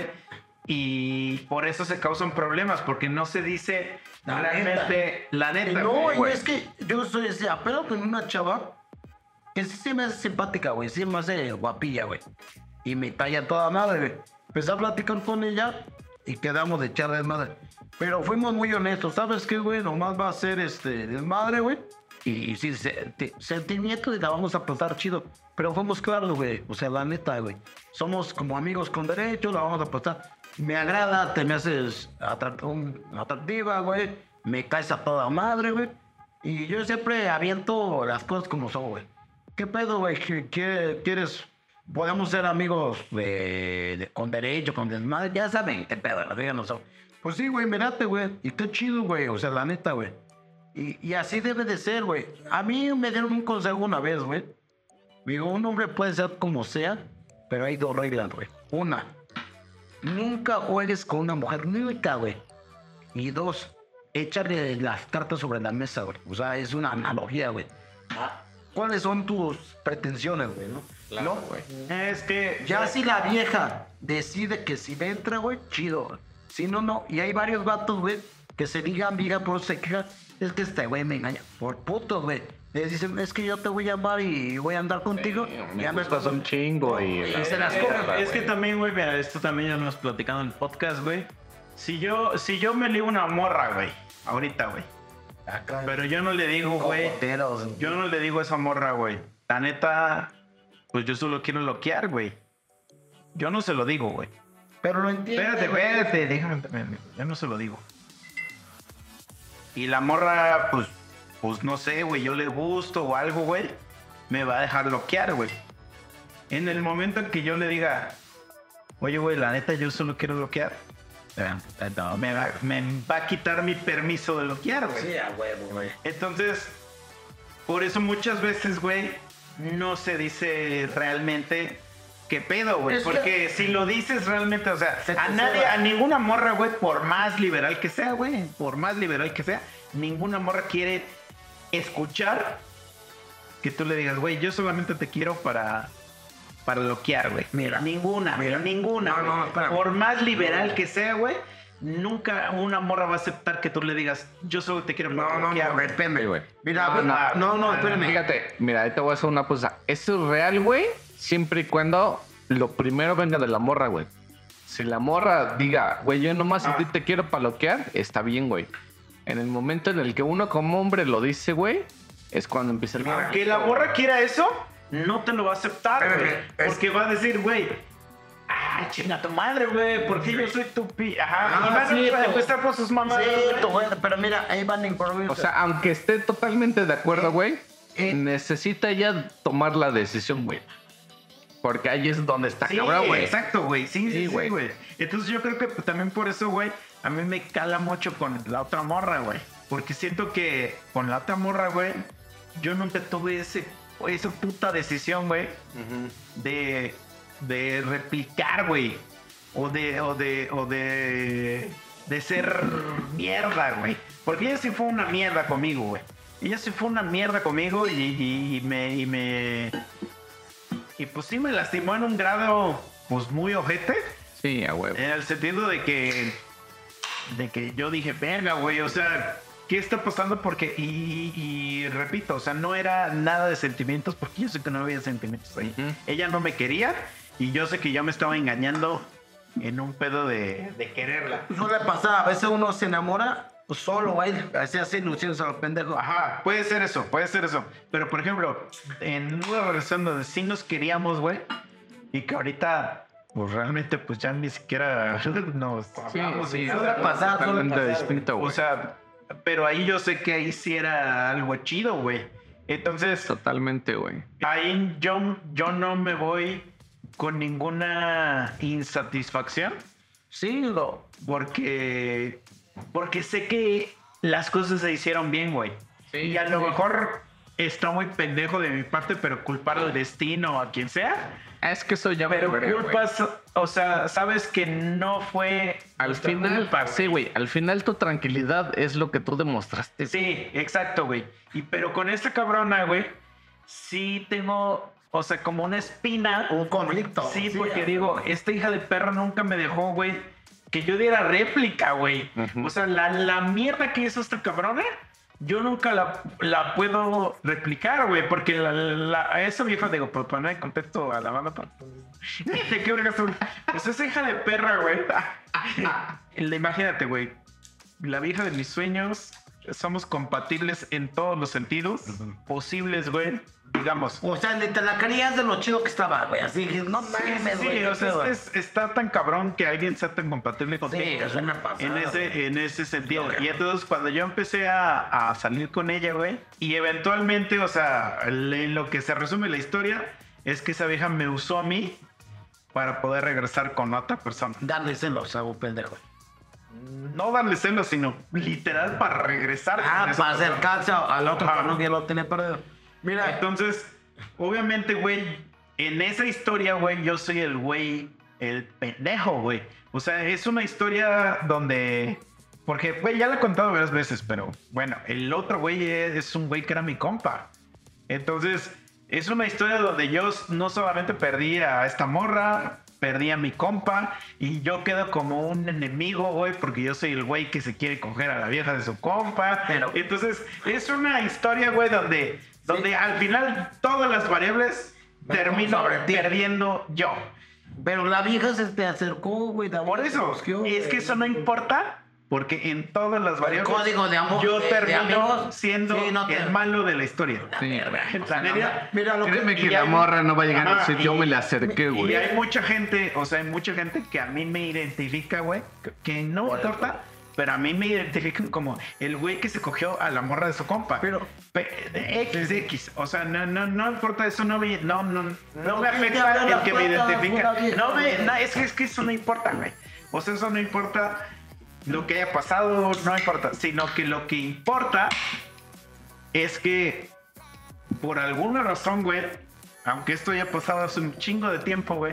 Y por eso se causan problemas, porque no se dice La realmente la neta. No, güey. güey, es que yo soy ese apelo con una chava que sí se me hace simpática, güey. Sí me hace guapilla, güey. Y me talla toda madre, güey. Empecé a platicar con ella y quedamos de echar desmadre. Pero fuimos muy honestos. ¿Sabes qué, güey? Nomás va a ser este desmadre, güey. Y, y sí, se- te- sentimientos y la vamos a pasar chido. Pero fuimos claros, güey. O sea, la neta, güey. Somos como amigos con derechos, la vamos a pasar. Me agrada, te me haces atract- un- atractiva, güey. Me caes a toda madre, güey. Y yo siempre aviento las cosas como son, güey. ¿Qué pedo, güey? ¿Qué, qué quieres? Podemos ser amigos de, de- con derecho, con desmadre. Ya saben, qué pedo, la vida no son. Pues sí, güey, mirate, güey. Y qué chido, güey. O sea, la neta, güey. Y, y así debe de ser, güey. A mí me dieron un consejo una vez, güey. Digo, un hombre puede ser como sea, pero hay dos reglas, güey. Una, nunca juegues con una mujer, nunca, güey. Y dos, échale las cartas sobre la mesa, güey. O sea, es una analogía, güey. ¿Cuáles son tus pretensiones, güey? ¿No? Claro, ¿No? güey. Es que Ya si la vieja decide que si le entra, güey, chido, güey. Si no, no. Y hay varios vatos, güey, que se digan, amiga, por se quejan. Es que este güey me engaña. Por puto, güey. Les dicen, es que yo te voy a amar y voy a andar contigo. Me ya me gustas un chingo y... Y se las Eh, cogen. es que también, güey, mira, esto también ya lo hemos platicado en el podcast, güey. Si yo, si yo me ligo una morra, güey, ahorita, güey. Acá, Pero yo no le digo, güey. cocoteros. Yo no le digo a esa morra, güey. La neta, pues yo solo quiero bloquear, güey. Yo no se lo digo, güey. Pero lo entiendo. Espérate, espérate, déjame también. Yo no se lo digo. Y la morra, pues, pues no sé, güey, yo le gusto o algo, güey. Me va a dejar bloquear, güey. En el momento en que yo le diga, oye, güey, la neta, yo solo quiero bloquear. eh, no, me, va, me va a quitar mi permiso de bloquear, güey. Sí, a huevo, güey. Entonces, por eso muchas veces, güey, no se dice realmente qué pedo, güey. Es que- Porque si lo dices realmente, o sea, Se te a nadie, ceba. a ninguna morra, güey, por más liberal que sea, güey, por más liberal que sea, ninguna morra quiere escuchar que tú le digas, güey, yo solamente te quiero para, para bloquear, güey. Mira. Ninguna, Mira. ninguna. No, no, güey. espérame. Por más liberal que sea, güey, nunca una morra va a aceptar que tú le digas, yo solo te quiero para No, no, bloquear, no, güey. espérame, güey. Mira, No, güey, no, no, no, no, espérame. Fíjate, mira, ahí te voy a hacer una cosa. Eso es real, güey, siempre y cuando lo primero venga de la morra, güey. Si la morra diga, güey, yo nomás a ti te quiero paloquear, está bien, güey. En el momento en el que uno como hombre lo dice, güey, es cuando empieza el... Para que la morra quiera eso, no te lo va a aceptar, güey. Espérame, es- Porque va a decir, güey, ah, chinga tu madre, güey, porque yo soy tu pi... Ajá, Ah, y van sí, a pero- empezar por sus mamás. Sí, tú, güey, pero mira, ahí van en O sea, aunque esté totalmente de acuerdo, güey, Eh. necesita ya tomar la decisión, güey. Porque ahí es donde está Sí, cabrón, güey. exacto, güey. Sí, sí, Sí, sí, güey. güey. Entonces yo creo que también por eso, güey, a mí me cala mucho con la otra morra, güey. Porque siento que con la otra morra, güey, yo nunca tuve ese, esa puta decisión, güey, de, de replicar, güey. O de, o de, o de, de ser mierda, güey. Porque ella sí fue una mierda conmigo, güey. ella sí fue una mierda conmigo y, y, y me... Y me y pues sí me lastimó en un grado pues muy ojete. Sí, a huevo. En el sentido de que... De que yo dije, verga, güey, o sea... ¿Qué está pasando? Porque, y, y repito, o sea, no era nada de sentimientos, porque yo sé que no había sentimientos ahí. Uh-huh. Ella no me quería y yo sé que yo me estaba engañando en un pedo de, de quererla. No le pasa, a veces uno se enamora solo, güey, así así, ilusiones a los pendejos. Ajá, puede ser eso, puede ser eso. Pero, por ejemplo, en una relación donde sí nos queríamos, güey, y que ahorita... Pues realmente, pues ya ni siquiera nos hablamos. Sí, sí, suele pasar, suele pasar, distinto, güey. O sea... Pero ahí yo sé que ahí sí era algo chido, güey. Entonces... Totalmente, güey. Ahí yo, yo no me voy con ninguna insatisfacción. Sí, lo... Porque... Porque sé que las cosas se hicieron bien, güey. Sí, y a lo sí. mejor está muy pendejo de mi parte, pero culpar al destino o a quien sea... Es que eso ya... Pero veré, culpas, wey. O sea, sabes que no fue... Al final, culpa, sí, güey. Al final tu tranquilidad es lo que tú demostraste. Sí, exacto, güey. Y pero con esta cabrona, güey, sí tengo, o sea, como una espina. Un conflicto. Sí, sí porque ya. digo, esta hija de perra nunca me dejó, güey, que yo diera réplica, güey. Uh-huh. O sea, la, la mierda que hizo esta cabrona... Yo nunca la, la puedo replicar, güey, porque la, la, a esa vieja, digo, por poner en contexto a la banda, ¿de qué vergas? Pues esa hija de perra, güey. Imagínate, güey, la vieja de mis sueños, somos compatibles en todos los sentidos uh-huh. posibles, güey, digamos. O sea, te la querías de lo chido que estaba, güey, así que no mames, sí, güey. Sí, o sea, es, está tan cabrón que alguien sea tan compatible contigo. Sí, es una pasada. En ese, en ese sentido. Y entonces, cuando yo empecé a, a salir con ella, güey, y eventualmente, o sea, en lo que se resume la historia, es que esa vieja me usó a mí para poder regresar con otra persona. Darle celos a un pendejo. No darle celos, sino literal para regresar. Ah, para acercarse al otro para no que lo tiene perdido. Mira, entonces, obviamente, güey, en esa historia, güey, yo soy el güey, el pendejo, güey. O sea, es una historia donde... Porque, güey, ya la he contado varias veces, pero bueno, el otro güey es un güey que era mi compa. Entonces, es una historia donde yo no solamente perdí a esta morra, perdí a mi compa y yo quedo como un enemigo, güey, porque yo soy el güey que se quiere coger a la vieja de su compa. Pero... Entonces, es una historia, güey, donde... Donde sí. al final todas las variables termino perdiendo yo. Pero la vieja se te acercó, güey. Por eso, es que eso no importa, porque en todas las variables el código de amor, yo de, termino de amigos, siendo sí, no te... el malo de la historia. Sí. La media, mira lo que, que la hay... morra no va a llegar a decir yo me la acerqué, güey. Y hay mucha gente, o sea, hay mucha gente que a mí me identifica, güey, que no me importa. Pero a mí me identifican como el güey que se cogió a la morra de su compa. Pero X, X. O sea, no, no, no importa eso, no me, no, no, no me afecta el que me identifica. No me, no, es que, es que eso no importa, güey. O sea, eso no importa lo que haya pasado, no importa. Sino que lo que importa es que por alguna razón, güey, aunque esto haya pasado hace un chingo de tiempo, güey,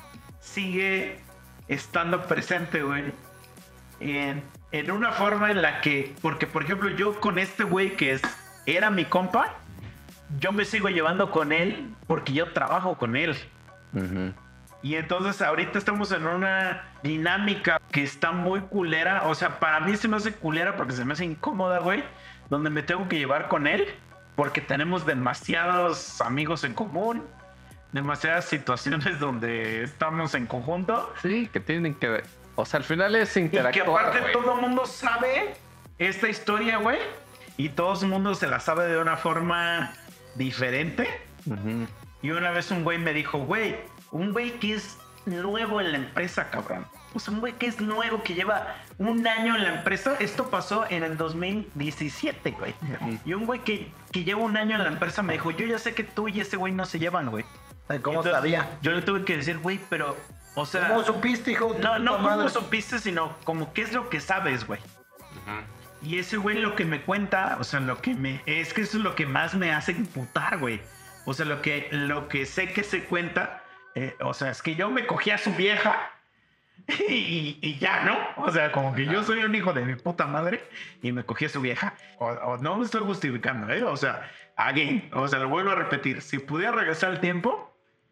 sigue estando presente, güey, en... En una forma en la que, porque por ejemplo yo con este güey que es, era mi compa, yo me sigo llevando con él porque yo trabajo con él. Uh-huh. Y entonces ahorita estamos en una dinámica que está muy culera. O sea, para mí se me hace culera porque se me hace incómoda, güey. Donde me tengo que llevar con él porque tenemos demasiados amigos en común. Demasiadas situaciones donde estamos en conjunto. Sí, que tienen que ver. O sea, al final es interactuar, y que aparte wey. Todo el mundo sabe esta historia, güey. Y todo el mundo se la sabe de una forma diferente. Uh-huh. Y una vez un güey me dijo, güey, un güey que es nuevo en la empresa, cabrón. O sea, un güey que es nuevo, que lleva un año en la empresa. Esto pasó en el dos mil diecisiete, güey. Uh-huh. Y un güey que, que lleva un año en la empresa me dijo, yo ya sé que tú y ese güey no se llevan, güey. ¿Cómo Entonces, sabía? Yo le tuve que decir, güey, pero... O sea, ¿cómo supiste, hijo? No, no, ¿cómo madre? supiste? Sino como qué es lo que sabes, güey. Uh-huh. Y ese güey lo que me cuenta, o sea, lo que me... Es que eso es lo que más me hace imputar, güey. O sea, lo que, lo que sé que se cuenta, eh, o sea, es que yo me cogí a su vieja Y, y ya, ¿no? O sea, como que yo soy un hijo de mi puta madre y me cogí a su vieja. O, o no me estoy justificando, ¿eh? O sea, again, o sea, lo vuelvo a repetir. Si pudiera regresar el tiempo,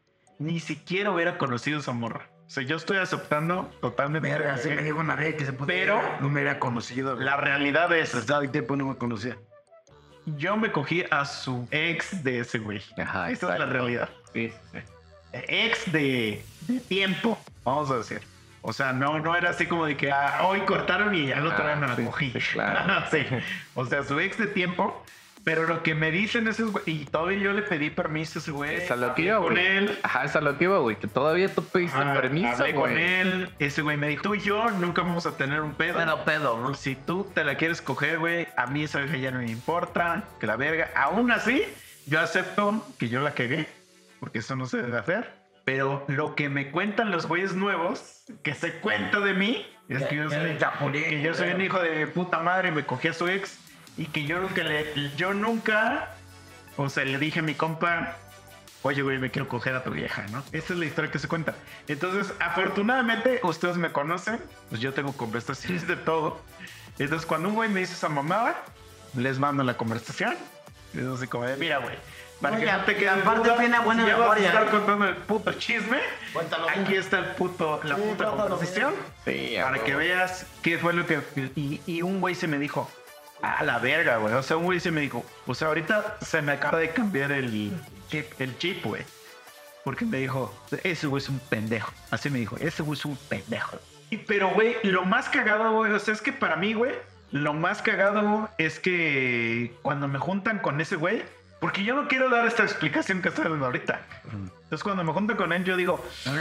ni siquiera hubiera conocido a esa morra. O sea, yo estoy aceptando totalmente. Verga, así me dijo una vez que se puede. Pero no me hubiera conocido. güey. La realidad es, Hasta el tiempo no me conocía. yo me cogí a su ex de ese güey. Ajá, Esa es la exacto. realidad. Sí, sí. Ex de, de tiempo, vamos a decir. O sea, no, no era así como de que ah, hoy cortaron y al otro Ah, día me la sí, cogí. sí, claro. Sí. O sea, su ex de tiempo. Pero lo que me dicen esos güey, y todavía yo le pedí permiso a ese güey. Es a lo que hablé iba, con güey. él. Ajá, es a lo que iba, güey. Que todavía tú pediste Ah, permiso, hablé con güey. él. Ese güey me dijo, tú y yo nunca vamos a tener un pedo. Pero pedo, ¿no? Si tú te la quieres coger, güey, a mí esa vieja ya no me importa, que la verga. Aún así, yo acepto que yo la cagué, porque eso no se debe hacer. Pero lo que me cuentan los güeyes nuevos, que se cuenta de mí, es que yo soy, que yo soy un hijo de puta madre y me cogí a su ex. Y que yo nunca le, yo nunca, o sea, le dije a mi compa, oye, güey, me quiero coger a tu vieja, ¿no? Esa es la historia que se cuenta. Entonces, afortunadamente, ustedes me conocen, pues yo tengo conversaciones de todo. Entonces, cuando un güey me dice esa mamada, les mando la conversación. Y es así como de, mira, güey, para Oye, que no te quedes aparte duda, tiene buena si ya vas a memoria. estar contando el puto chisme, Cuéntalo. aquí está el puto, la Sí, puta cuéntalo. conversación. Sí, a Para huevo. que veas qué fue lo que... Y, y un güey se me dijo, a la verga, güey. O sea, un güey se me dijo, o sea, ahorita se me acaba de cambiar el chip, el chip, güey. Porque me dijo, ese güey es un pendejo. Así me dijo, ese güey es un pendejo. Y, pero, güey, lo más cagado, güey, o sea, es que para mí, güey, lo más cagado es que cuando me juntan con ese güey, porque yo no quiero dar esta explicación que estoy dando ahorita. Entonces, cuando me junto con él, yo digo,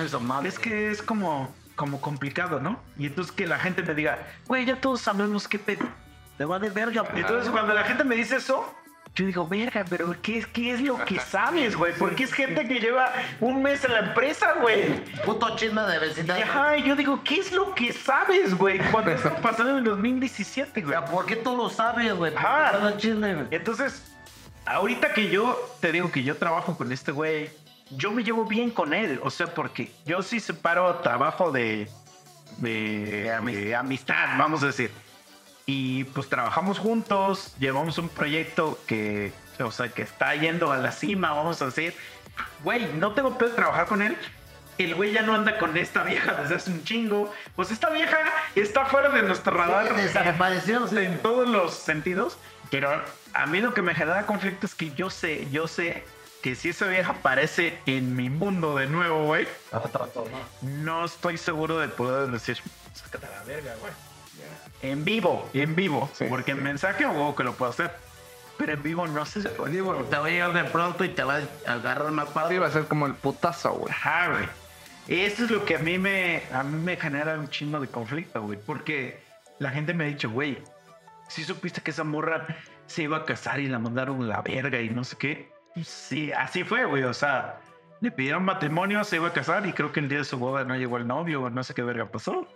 es que es como, como complicado, ¿no? Y entonces que la gente me diga, güey, ya todos sabemos qué pedo. Te va de verga. Entonces, cuando la gente me dice eso, yo digo, verga, pero ¿qué, es- qué es lo que sabes, güey? Porque es gente que lleva un mes en la empresa, güey. Puto chisme de vecindad. Y Ajá, y yo digo, ¿qué es lo que sabes, güey? Cuando esto pasó en el dos mil diecisiete, güey. ¿Por qué tú lo sabes, güey? Ajá. Todo chisme, güey. Entonces, ahorita que yo te digo que yo trabajo con este güey, yo me llevo bien con él. O sea, porque yo sí separo trabajo de, de, de amistad, vamos a decir. Y pues trabajamos juntos, llevamos un proyecto que, o sea, que está yendo a la cima, vamos a decir. Güey, no tengo pedo de trabajar con él. El güey ya no anda con esta vieja desde hace un chingo. Pues esta vieja está fuera de nuestro radar. Desapareció. sí. En todos los sentidos. Pero a mí lo que me genera conflicto es que yo sé, yo sé que si esa vieja aparece en mi mundo de nuevo, güey, no estoy seguro de poder decir, sácate a la verga, güey. En vivo, en vivo. Sí, porque en mensaje, huevo que lo puedo hacer. Pero en vivo no sé. Oye, güey, te voy a llegar de pronto y te va a agarrar más Sí, padre. va a ser como el putazo, güey. Ajá, güey. Eso es lo que a mí me, a mí me genera un chingo de conflicto, güey. Porque la gente me ha dicho, güey, si supiste que esa morra se iba a casar y la mandaron a la verga y no sé qué. Sí, así fue, güey. O sea, le pidieron matrimonio, se iba a casar y creo que el día de su boda no llegó el novio o no sé qué verga pasó.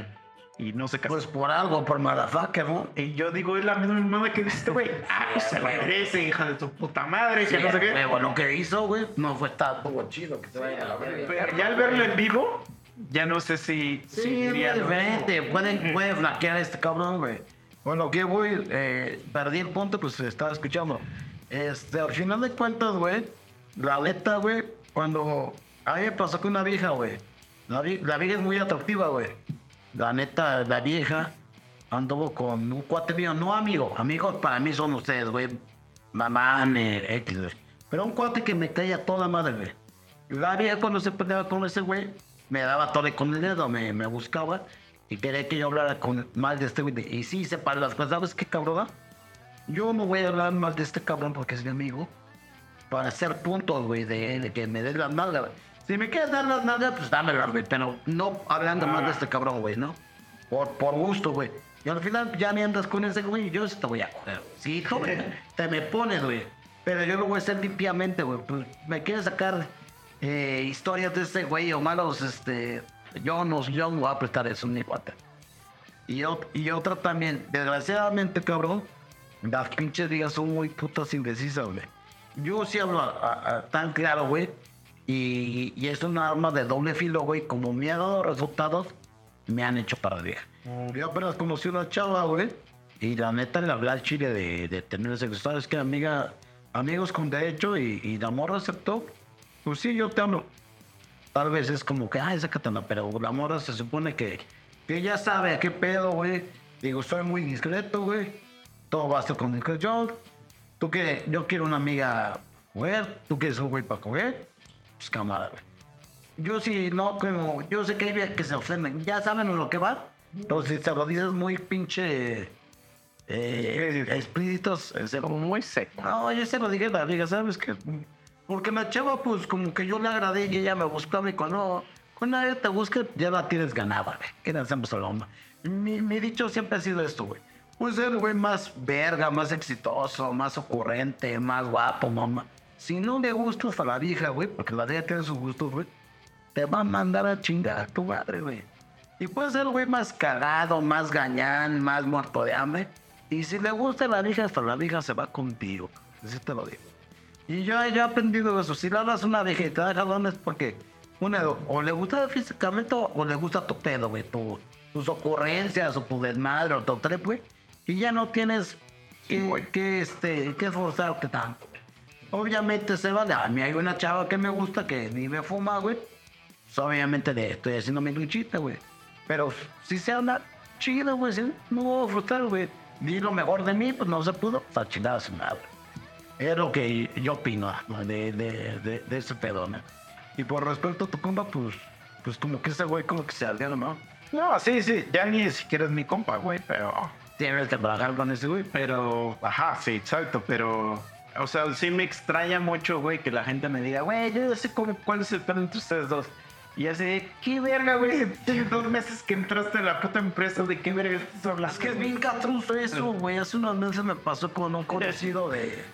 Y no se casó. Pues por algo, por motherfucker, ¿no? Y yo digo, es la misma mamada que dice este güey. Ah, pues se merece, hija de tu puta madre, que no sé qué. Pero lo que hizo, güey, no fue tan chido que te vaya a la verga. Pero ya al verlo en vivo, ya no sé si... Sí, si es diría, muy ¿no? diferente. Pueden, pueden flaquear a este cabrón, güey. Bueno, ¿qué voy? Eh, perdí el punto, pues estaba escuchando. Este, al final de cuentas, güey, la neta, güey, cuando a mí me pasó con una vieja, güey. La, vi- la vieja es muy atractiva, güey. La neta, la vieja anduvo con un cuate mío, no amigo. Amigos para mí son ustedes, güey. Mamá, me, X, güey. Pero un cuate que me caía toda madre, güey. La vieja cuando se peleaba con ese güey, me daba tole con el dedo, me, me buscaba y quería que yo hablara con, mal de este güey. Y sí, se para las cosas, ¿sabes qué, cabrón? Yo no voy a hablar mal de este cabrón porque es mi amigo. Para hacer puntos, güey, de, de que me dé las nalgas, güey. Si me quieres dar las nalgas, pues dámelas, güey. Pero no hablando mal de este cabrón, güey, ¿no? Por, por gusto, güey. Y al final ya me andas con ese güey y yo sí te voy a coger, güey. Sí, tú te me pones, güey. Pero yo lo voy a hacer limpiamente, güey. Pues me quieres sacar eh, historias de ese güey o malos, este... Yo no, yo no voy a prestar eso, ni cuata. Y, ot- y otra también, desgraciadamente, cabrón, las pinches días son muy putas indecisas, güey. Yo sí hablo a- a- a tan claro, güey. Y, y es un arma de doble filo, güey. Como me ha dado resultados, me han hecho para vieja. Yo apenas conocí una chava, güey. Y la neta le hablé al chile de, de tener sexo. ¿Sabes qué, amiga? Amigos con derecho y, y la morra aceptó. Pues sí, yo te amo. Tal vez es como que, ay, sácatela, pero la morra se supone que, que ya sabe a qué pedo, güey. Digo, soy muy discreto, güey. Todo va a ser con discreción. Tú que yo quiero una amiga mujer, tú quieres un güey para coger. Pues cámara, güey. Yo sí, no, como, yo sé que hay que se ofenden. Ya saben lo que va. Entonces, si se lo dices muy pinche... Eh, explícitos. Como muy seco. No, yo se lo dije a la amiga, ¿sabes qué? Porque la chava, pues, como que yo le agradé y ella me buscaba y cuando, cuando nadie te busca, ya la tienes ganada, güey. Que no seamos el hombre. Mi, mi dicho siempre ha sido esto, güey. Pues ser, güey, más verga, más exitoso, más ocurrente, más guapo, mamá. Si no le gustas a la vieja, güey, porque la vieja tiene sus gustos, güey, te va a mandar a chingar a tu madre, güey. Y puede ser, güey, más cagado, más gañán, más muerto de hambre. Y si le gusta la vieja, hasta la vieja se va contigo. Así te lo digo. Y yo, yo he aprendido eso. Si le hablas a una vieja y te da jalón es porque, una, o le gusta físicamente o le gusta tu pedo, güey. Tu, tus ocurrencias o tu desmadre o tu trep, güey. Y ya no tienes que, que, este, que esforzarte tanto. Obviamente se vale. A mí hay una chava que me gusta que ni me fuma, güey. Pues obviamente le estoy haciendo mi luchita, güey. Pero si se anda chido, güey, si no voy a frustrar, güey. Di lo mejor de mí, pues no se pudo. Está chingada su madre. Es lo que yo opino, ¿no? de, de, de, de ese pedo, ¿no? Y por respecto a tu compa, pues, pues como que ese güey como que se aldeó, ¿no? No, sí, sí, ya ni siquiera es mi compa, güey, pero... Tienes que trabajar con ese güey, Pero, ajá, sí, exacto, pero... O sea, sí me extraña mucho, güey, que la gente me diga, güey, yo no sé cómo, cuál es el plan entre ustedes dos. Y así de, ¿qué verga, güey? Tiene dos meses que entraste a la puta empresa, ¿de qué verga estás hablando? Es que es bien catruzo eso, güey. Hace unos meses me pasó con un conocido de...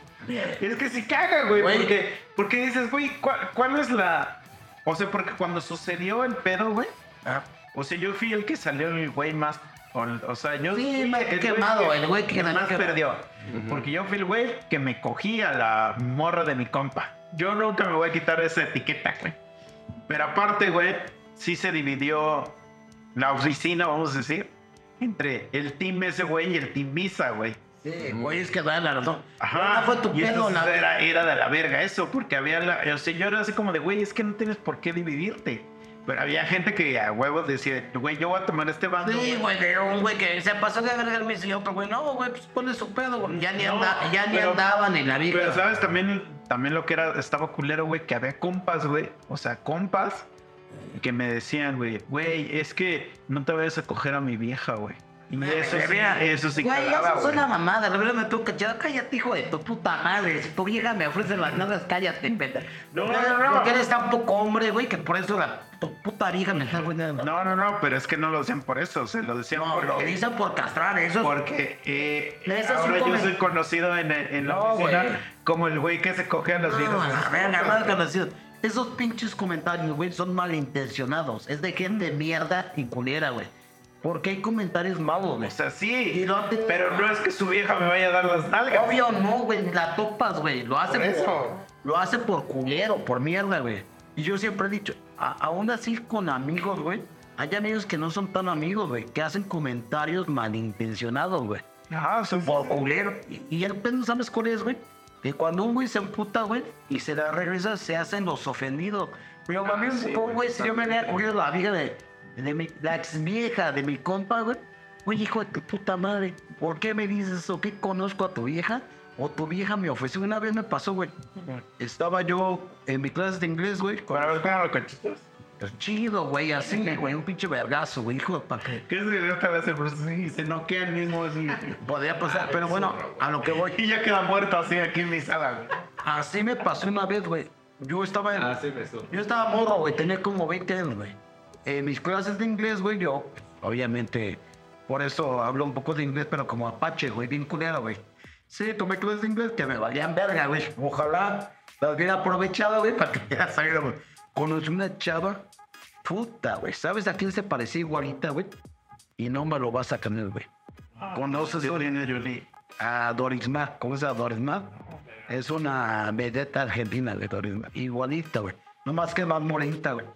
Es que sí caga, güey, Güey. porque, porque dices, güey, ¿cuál, ¿cuál es la...? O sea, porque cuando sucedió el pedo, güey, Ah. o sea, yo fui el que salió el güey más... O, o sea, yo Sí, fui más el quemado, güey el güey que más que- perdió. Porque yo fui el güey que me cogía la morra de mi compa. Yo nunca me voy a quitar esa etiqueta, güey. Pero aparte, güey, sí se dividió la oficina, vamos a decir, entre el team ese, güey, y el team Misa, güey. Sí, güey, es que da la razón. Ajá. No fue tu y pedo, entonces la... era, era de la verga eso, porque había la... O sea, yo era así como de, güey, es que no tienes por qué dividirte. Pero había gente que a huevos decía, güey, yo voy a tomar este bando. Sí, güey, de un güey que se pasó de verga el mes y otro, güey, no, güey, pues ponle su pedo, güey. Ya ni, No, anda, ya ni pero- andaban en la vida. Pero, ¿sabes? También, también lo que era, estaba culero, güey, que había compas, güey. O sea, compas que me decían, güey, güey, es que no te vayas a coger a mi vieja, güey. Y eso sí, eso sí Güey, calaba, eso es güey. una mamada. La verdad me tuvo cachado. Cállate, hijo de tu puta madre. Si tu vieja me ofrece las nalgas, cállate, pendejo. No, no, no. Porque eres tan poco hombre, güey, que por eso la tu puta vieja me está güeyando. No, no, no, pero es que no lo decían por eso, se lo decían No, por lo dicen por castrar, eso. Porque eh, Eso sí ahora yo come. soy conocido en, en la No, oficina güey. como el güey que se coge a las No, viejas. a la verga, no es conocido. Esos pinches comentarios, güey, son malintencionados. Es de gente mierda y culera, güey. Porque hay comentarios malos, güey. O sea, sí, Y no te- pero no es que su vieja me vaya a dar las nalgas. Obvio no, güey, ni la topas, güey. Lo hace Por por, eso. lo hace por culero, por mierda, güey. Y yo siempre he dicho, a- aún así con amigos, güey, hay amigos que no son tan amigos, güey, que hacen comentarios malintencionados, güey. Ajá, son Por culero. Y, y el pedo, ¿sabes cuál es, güey? Que cuando un güey se emputa, güey, y se la regresa, se hacen los ofendidos. Pero a mí, sí, güey, güey, si yo me había cogido la vieja de, de mi, la ex vieja de mi compa, güey. Oye, hijo de tu puta madre, ¿por qué me dices eso? ¿Qué conozco a tu vieja? O tu vieja me ofreció. Una vez me pasó, güey. Estaba yo en mi clase de inglés, güey. con- Para ver cómo lo conchas. Chido, güey, así, güey, un pinche vergazo, güey, hijo de pa' qué. ¿Qué es que otra vez el proceso y se noquea el mismo? Así. Podría pasar, pero bueno, a lo que voy. Y ya queda muerto así aquí en mi sala, güey. Así me pasó una vez, güey. Yo estaba en... Así me estuvo. Yo estaba morro, güey, tenía como veinte años, güey. En mis clases de inglés, güey, yo, obviamente, por eso hablo un poco de inglés, pero como apache, güey, bien culero, güey. Sí, tomé clases de inglés que me valían verga, güey. Ojalá las hubiera aprovechado, güey, para que hubiera salido, güey. Conocí una chava, puta, güey. ¿Sabes a quién se parecía igualita, güey? Y no me lo vas a cambiar, güey. ¿Conoces Angelina Jolie. a Dorisma? ¿Conoces a Dorisma? Es una vedeta argentina de Dorisma. Igualita, güey. No más que más morenita, güey.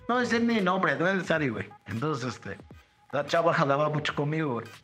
No decir ni nombre, no es necesario, güey. Entonces, este, la chava jalaba mucho conmigo, güey.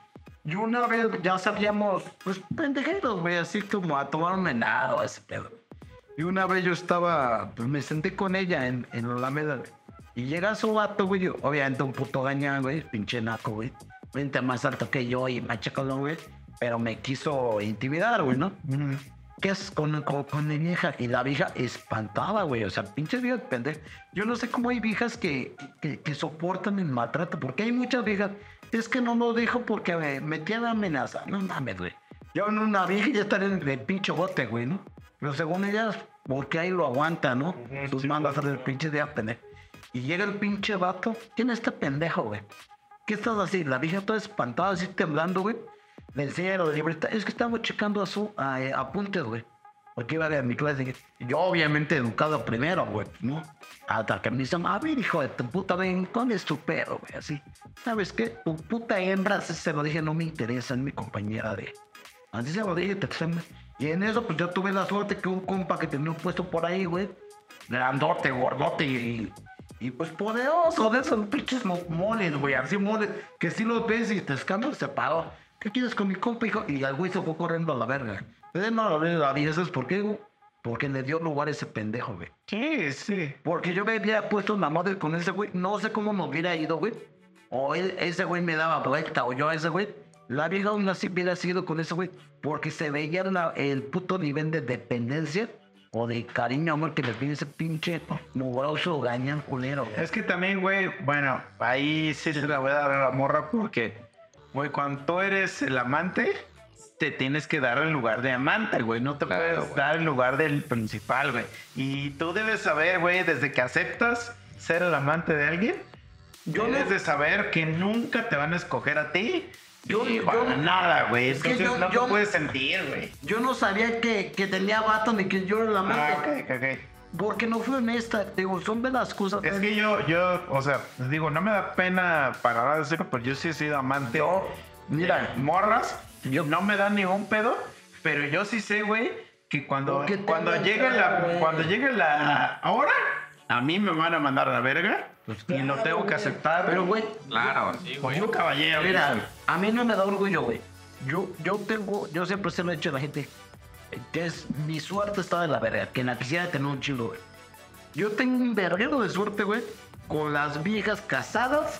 Y una vez ya sabíamos, pues, pendejeros, güey, así como a tomar un helado, ese pedo. Y una vez yo estaba, pues me senté con ella en, en la Alameda, güey. Y llega su vato, güey, yo, obviamente un puto gañán, güey, pinche naco, güey. veinte más alto que yo y machacalo, güey. Pero me quiso intimidar, güey, ¿no? Mm. ¿Qué es con, con, con mi vieja? Y la vieja espantada, güey. O sea, pinches viejas pendejas. Yo no sé cómo hay viejas que, que, que soportan el maltrato. Porque hay muchas viejas. Es que no lo dijo porque me metían amenaza. No mames, güey. Yo en una vieja ya estaría en el pinche bote, güey, ¿no? Pero según ellas, porque ahí lo aguanta, ¿no? Uh-huh, sus sí, mandas del pinche día pendejo. Y llega el pinche vato. ¿Quién es este pendejo, güey? ¿Qué estás así? La vieja toda espantada, así temblando, güey. Le enseña la libreta. Es que estamos checando a su a, a apuntes, güey. Porque iba a ver mi clase. Yo, obviamente, educado primero, güey, ¿no? Hasta que me dicen, a ver, hijo de tu puta, ven, ¿cuál es tu pedo, güey? Así. ¿Sabes qué? Tu puta hembra, se lo dije, no me interesa, es mi compañera de... Así se lo dije, te y en eso, pues yo tuve la suerte que un compa que tenía un puesto por ahí, güey, grandote, gordote y... Y pues poderoso de esos pinches moles, güey, así moles, que si los ves y te escamas, se paró. ¿Qué quieres con mi compa, hijo? Y el güey se fue corriendo a la verga. Pero no, la vida, ¿sabes por qué, güey? Porque le dio lugar a ese pendejo, güey. Sí, sí. Porque yo me había puesto una madre con ese güey, no sé cómo me hubiera ido, güey. O él, ese güey me daba vuelta, o yo a ese güey. La vieja aún así hubiera sido con ese güey, porque se veía la, el puto nivel de dependencia o de cariño, amor, que le tiene ese pinche mugroso gañán culero, güey. Es que también, güey, bueno, ahí sí se la voy a dar a la morra porque... Güey, cuando tú eres el amante, te tienes que dar el lugar de amante, güey. No te claro, puedes güey. dar el lugar del principal, güey. Y tú debes saber, güey, desde que aceptas ser el amante de alguien, yo debes no... de saber que nunca te van a escoger a ti. Yo, y para yo, nada, güey. Entonces yo, no yo, te puedes sentir, güey. Yo no sabía que, que tenía vato ni que yo era el amante. Ah, ok, ok, ok. Porque no fui honesta, digo, son de las cosas. Es que yo, yo, o sea, les digo, no me da pena para decirlo, pero yo sí he sido amante. Yo, mira, morras, yo no me dan ningún pedo, pero yo sí sé, güey, que cuando, cuando llegue la, wey. cuando llegue la hora, a mí me van a mandar a la verga. Pues, y lo tengo que aceptar. Pero, güey, claro, sí, güey. Soy un caballero. Mira, a mí no me da orgullo, güey. Yo, yo tengo, yo siempre se lo he dicho a la gente. Que es mi suerte estaba en la verga, que la quisiera tener un chilo, güey. Yo tengo un verguero de suerte, güey, con las viejas casadas,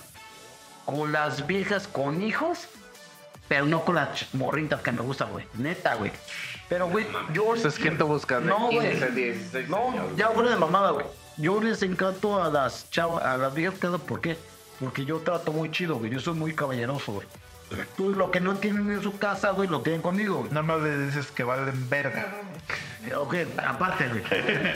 con las viejas con hijos, pero no con las morritas que me gustan, güey. Neta, güey. Pero, güey, yo... ¿Es quién te buscas? No, güey. No, ya fuera de mamada, güey. Yo les encanto a las chavas, a las viejas casadas, ¿por qué? Porque yo trato muy chido, güey. Yo soy muy caballeroso, güey. Tú lo que no tienen en su casa, güey, lo tienen conmigo, güey. No me dices que valen verga. Ok, aparte, güey.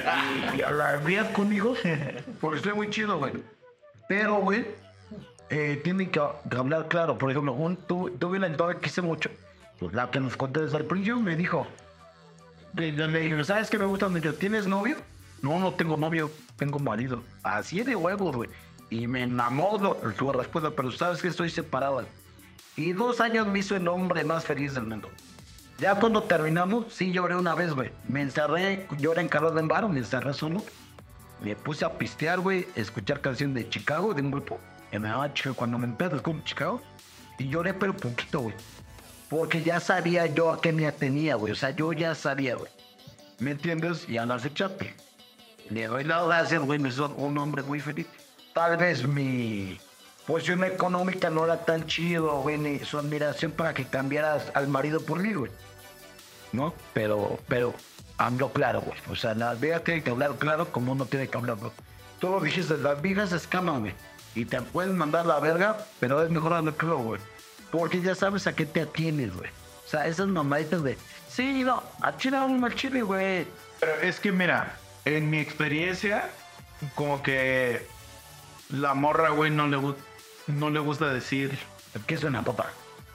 Y a la vida conmigo, porque estoy muy chido, güey. Pero, güey, eh, tienen que hablar claro. Por ejemplo, un, tu, tuve una entrada que hice mucho. Pues la que nos conté desde el principio me dijo, le, le dije, ¿sabes qué me gusta? Me dijo, ¿tienes novio? No, no tengo novio, tengo marido. Así de huevos, güey. Y me enamoró su respuesta, pero ¿sabes que estoy separado? Y dos años me hizo el hombre más feliz del mundo. Ya cuando terminamos, sí lloré una vez, güey. Me encerré, lloré en carro de embaro, me encerré solo. Me puse a pistear, güey, escuchar canciones de Chicago, de un grupo. Y me daba chido cuando me empezó con Chicago. Y lloré, pero poquito, güey. Porque ya sabía yo a qué me atenía, güey. O sea, yo ya sabía, güey. ¿Me entiendes? Y andarse chape. Le doy las gracias, güey, me hizo un hombre muy feliz. Tal vez mi posición económica no era tan chido, güey, ni su admiración para que cambiaras al marido por mí, güey. ¿No? Pero, pero, hablo claro, güey. O sea, las viejas tienen que hablar claro como uno tiene que hablar, güey. Tú lo dijiste, las viejas se escaman, güey. Y te pueden mandar la verga, pero es mejor hablar claro, güey. Porque ya sabes a qué te atienes, güey. O sea, esas mamaditas de, sí, no, a chile vamos al chile, güey. Pero es que, mira, en mi experiencia, como que la morra, güey, no le, no le gusta decir que es una papá.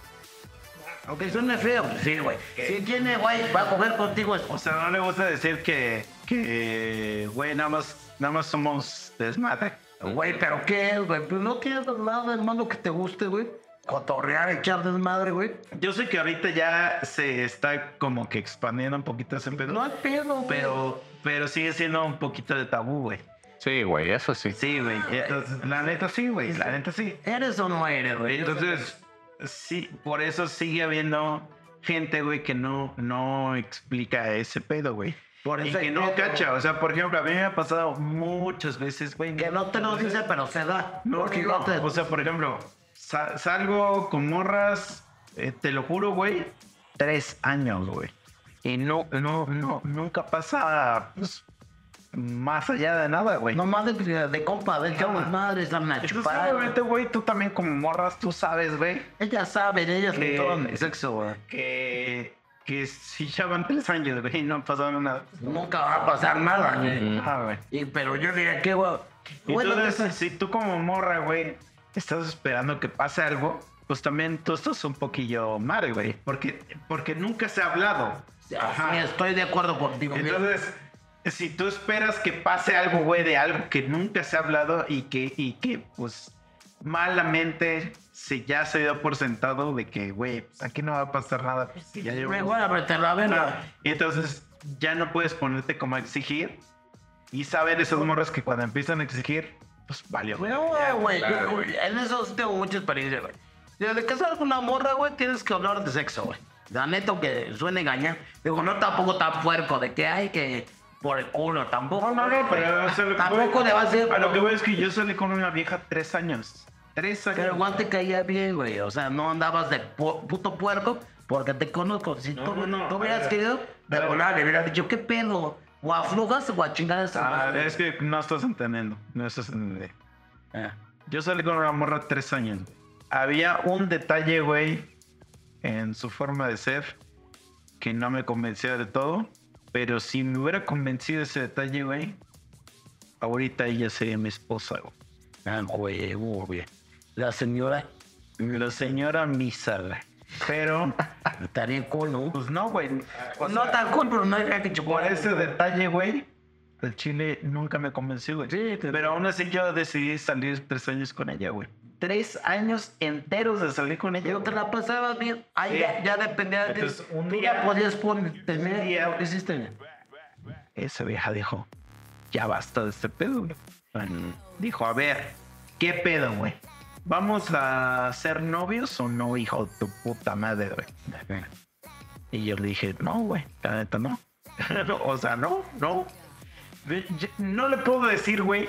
Aunque suene feo, sí, güey. Si tiene, güey, va a coger contigo. O sea, no le gusta decir que, que, güey, nada más, nada más somos desmadre. Güey, ¿pero qué es, güey? Pues no tienes nada, hermano, que te guste, güey. Cotorrear, echar desmadre, güey. Yo sé que ahorita ya se está como que expandiendo un poquito ese pedo. No hay pedo, güey. Pero, pero sigue siendo un poquito de tabú, güey. Sí, güey, eso sí. Sí, güey. Entonces, la neta sí, güey. La neta sí. ¿Eres o no eres, güey? Entonces, sí, por eso sigue habiendo gente, güey, que no, no explica ese pedo, güey. Por Y eso que hay no gente, cacha. O sea, por ejemplo, a mí me ha pasado muchas veces, güey. Que no te lo dice, pero se da. No, Porque no, no te- o sea, por ejemplo, sa- salgo con morras, eh, te lo juro, güey, tres años, güey. Y no, no, no, nunca pasa, pues, más allá de nada, güey. No más de, de compa, de que las madres están a Entonces, chupar. obviamente, güey, tú también como morras, tú sabes, güey, Ellas saben, ellas Que- controlan el sexo, güey. que, que si ya van tres años, güey, y no ha pasado nada. Nunca va a pasar nada, güey. Ah, güey. Y, pero yo diría que, güey. Bueno, Entonces, si tú como morra, güey, estás esperando que pase algo, pues también tú estás un poquillo mal, güey. Porque, porque nunca se ha hablado. sí, estoy de acuerdo contigo. mira. Entonces, si tú esperas que pase algo, güey, de algo que nunca se ha hablado y que, y que pues, malamente se ya se dio por sentado de que, güey, pues aquí no va a pasar nada. Pues, que ya llevo- Me voy a meter la verga. Y entonces ya no puedes ponerte como a exigir. Y saben esas morras que cuando empiezan a exigir, pues valió. Güey, güey, yo, güey, en eso sí tengo mucha experiencia, güey. Desde que sales con una morra, güey, tienes que hablar de sexo, güey. La neta, que suene engañar. Digo, no tampoco tan puerco de que hay que por el culo, tampoco. No, no, no, pero o sea, lo que tampoco voy- le va a decir. A lo que voy es que yo salí con una vieja tres años. Tres años. Pero igual te caía bien, güey. O sea, no andabas de pu- puto puerco porque te conozco. Si No, tú, no, no, tú a hubieras ver. querido, de A ver. volar, le hubieras dicho, ¿qué pedo? O aflojas o a chingar a esa Ah, madre. es que no estás entendiendo. No estás entendiendo. Eh. Yo salí con una morra tres años. Había un detalle, güey, en su forma de ser que no me convencía de todo. Pero si me hubiera convencido ese detalle, güey, ahorita ella sería mi esposa, güey. Ah, güey, güey. La señora La señora Misa, güey. Pero, estaría cool, ¿no? pues no, güey. O no sea, tan cool, pero no hay que por chupar. ese detalle, güey, el chile nunca me convenció, güey. Sí, te- Pero aún así yo decidí salir tres años con ella, güey. Tres años enteros de salir con ella. Yo te güey. la pasaba bien. Ahí Sí. ya, ya dependía de ti. Entonces, un Tú día- ya podías poner. un Tener, día- ¿qué hiciste? Esa vieja dijo, ya basta de este pedo, güey. Dijo, a ver, ¿qué pedo, güey? ¿Vamos a ser novios o no, hijo de tu puta madre, güey? Y yo le dije, no, güey, la neta no. O sea, no, no. Ve, ya- No le puedo decir, güey,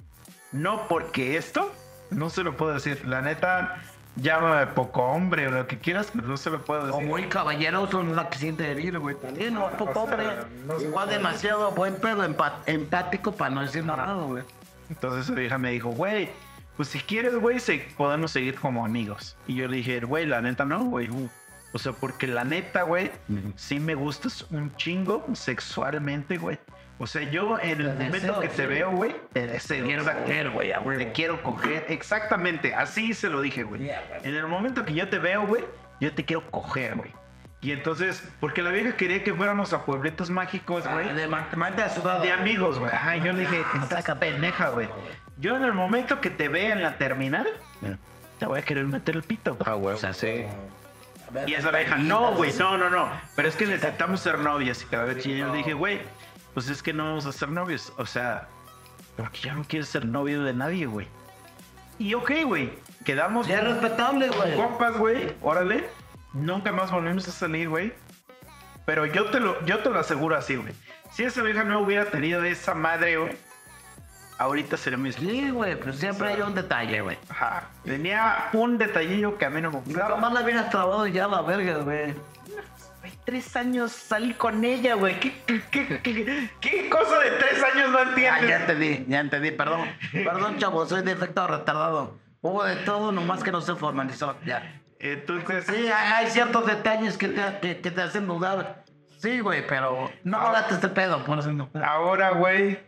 no porque esto, no se lo puedo decir. La neta, llámame poco hombre o lo que quieras, pero no se lo puedo O decir. muy caballeroso, no la que siente herir, güey. También, no, poco o sea, hombre. no se Igual puede. demasiado buen pedo, empa- empático para no decir nada, güey. Entonces esa vieja me dijo, güey, pues si quieres, güey, se- podemos seguir como amigos. Y yo le dije, güey, la neta no, güey. O sea, porque la neta, güey, sí me gustas un chingo sexualmente, güey. O sea, yo en el Te momento deseo, que te sí. veo, güey, te deseo. Quiero Exacto. coger, güey, a huevo. Te quiero coger. Exactamente, así se lo dije, güey. Yeah, güey. En el momento que yo te veo, güey, yo te quiero coger, güey. Y entonces, porque la vieja quería que fuéramos a pueblitos mágicos, güey. De mate a sudado. De amigos, güey. Ajá, y yo le dije, estás pendeja, güey. Yo en el momento que te vea en la terminal, te voy a querer meter el pito. Ah, güey. O sea, sí. Y esa vieja, no, güey, no, no, no. Pero es que necesitamos ser novias. Y cada vez y yo le dije, güey, pues es que no vamos a ser novios. O sea, porque ya no quieres ser novio de nadie, güey. Y ok, güey, quedamos Ya es respetable, güey. compas, güey, órale. Nunca más volvimos a salir, güey. Pero yo te lo, yo te lo aseguro así, güey. Si esa vieja no hubiera tenido esa madre, güey, ahorita sería mi esposa. Sí, güey, pero siempre hay un detalle, güey. Ajá. Tenía un detallillo que a mí no me gustaba. Nada más la hubieras trabado y ya la verga, güey. Güey, tres años salí con ella, güey. ¿Qué, qué, qué, qué, qué cosa de tres años no Ah, entiendes? ya entendí, ya entendí, perdón. Perdón, chavo, soy de efecto retardado. Hubo de todo, nomás que no se formalizó. Ya. Entonces, Sí, hay, hay ciertos detalles que te, que, que te hacen dudar. Sí, güey, pero no hágate este pedo, por eso no. ahora, güey,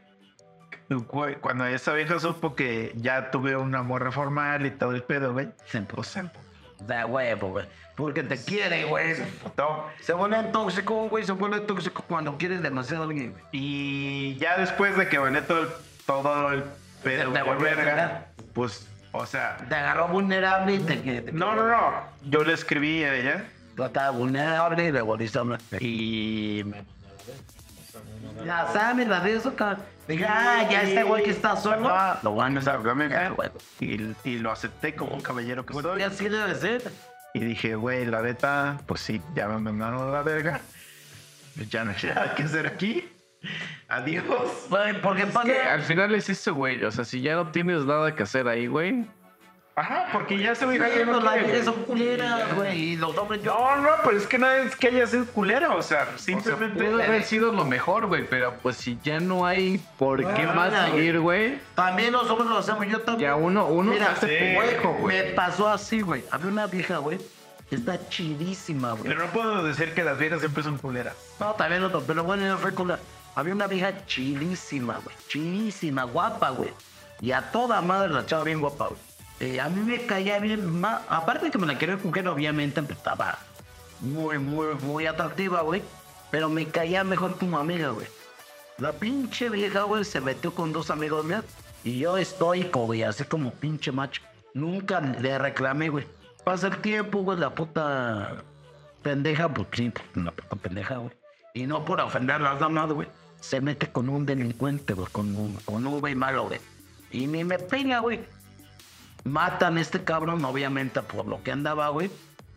güey, cuando esa vieja supo que ya tuve un amor formal y todo el pedo, güey, Se emputó. pues se emputó. Da huevo, güey. Porque te quiere, güey. Todo. Se vuelve tóxico, güey. Se vuelve tóxico cuando quieres demasiado a alguien, güey. Y ya después de que gané todo el, todo el pedo, Te por volvió a verga, pegar. pues, o sea, Te agarró vulnerable y te... te no, no, no. Yo le escribí a ella Tú estabas vulnerable y le volviste a hablar. y me Ya sabes, la de eso, cabrón. Dije, ah, ya este güey que está solo, Ah, lo van a usar, ah, güey. y, y lo acepté como un caballero que soy. Y así debe ser. Y dije, güey, la neta, pues sí, ya me mandaron a la verga. Ya no hay nada que hacer aquí. Adiós. Güey, porque Que pasa... al final es eso, güey. O sea, si ya no tienes nada que hacer ahí, güey. Ajá, porque ya se ve que no Las quiere, mujeres güey. son culeras, güey, y los hombres yo... No, no, pero es que no es que haya sido culera, o sea, simplemente. Puede haber sido lo mejor, güey. Pero pues si ya no hay por qué No, más nada, seguir, güey. También los hombres lo hacemos, yo también. Ya uno, uno Mira, se hace sí, pendejo, Me güey. pasó así, güey. Había una vieja, güey, que está chidísima, güey. Pero no puedo decir que las viejas siempre son culeras. No, también otro, pero bueno, yo fue con la... Había una vieja chidísima, güey. Chidísima, guapa, güey. Y a toda madre la chava bien guapa, güey. Eh, a mí me caía bien más... Aparte de que me la quería coger, obviamente, pues, estaba muy, muy, muy atractiva, güey. Pero me caía mejor como amiga, güey. La pinche vieja, güey, se metió con dos amigos míos. Y yo estoico, güey, así como pinche macho. Nunca le reclamé, güey. Pasa el tiempo, güey, la puta pendeja, pues sí, pues, una puta pendeja, güey. Y no por ofender a las damas, güey. Se mete con un delincuente, güey, con un, con un güey malo, güey. Y ni me pega, güey. Matan a este cabrón, obviamente, por lo que andaba, güey.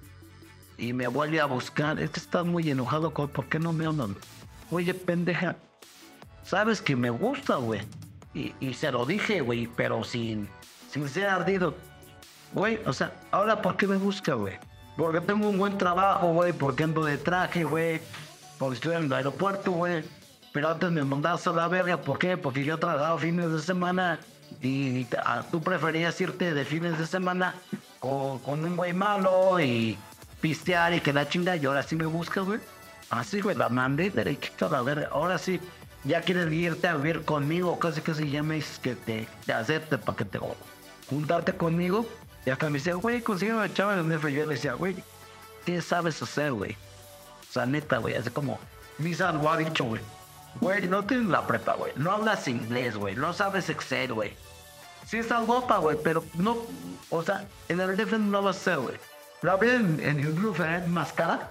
Y me vuelve a buscar. Este está muy enojado, con, ¿por qué no me hablan? Oye, pendeja, sabes que me gusta, güey. Y, y se lo dije, güey, pero sin, sin ser ardido. Güey, o sea, ahora ¿por qué me busca, güey? Porque tengo un buen trabajo, güey, porque ando de traje, güey. Porque estoy en el aeropuerto, güey. Pero antes me mandaste a la verga, ¿por qué? Porque yo trabajaba fines de semana y ah, tú preferías irte de fines de semana con, con un güey malo y pistear y que la chinga, y ahora sí me buscas, güey. Así, güey, la mandé derechito a la verga. Ahora sí, ya quieres irte a vivir conmigo, casi casi ya me dices que te, te acepte para que te juntarte conmigo. Y hasta me dice, güey, consigue una chava en el F. Yo le decía, güey, ¿qué sabes hacer, güey? O sea, neta, güey, así como Misa lo ha dicho, güey. Güey, no tienes la prepa, güey. No hablas inglés, güey. No sabes Excel, güey. Sí estás guapa, güey, pero no... O sea, en el D F no lo vas a hacer, güey. La vida en, en el grupo es más cara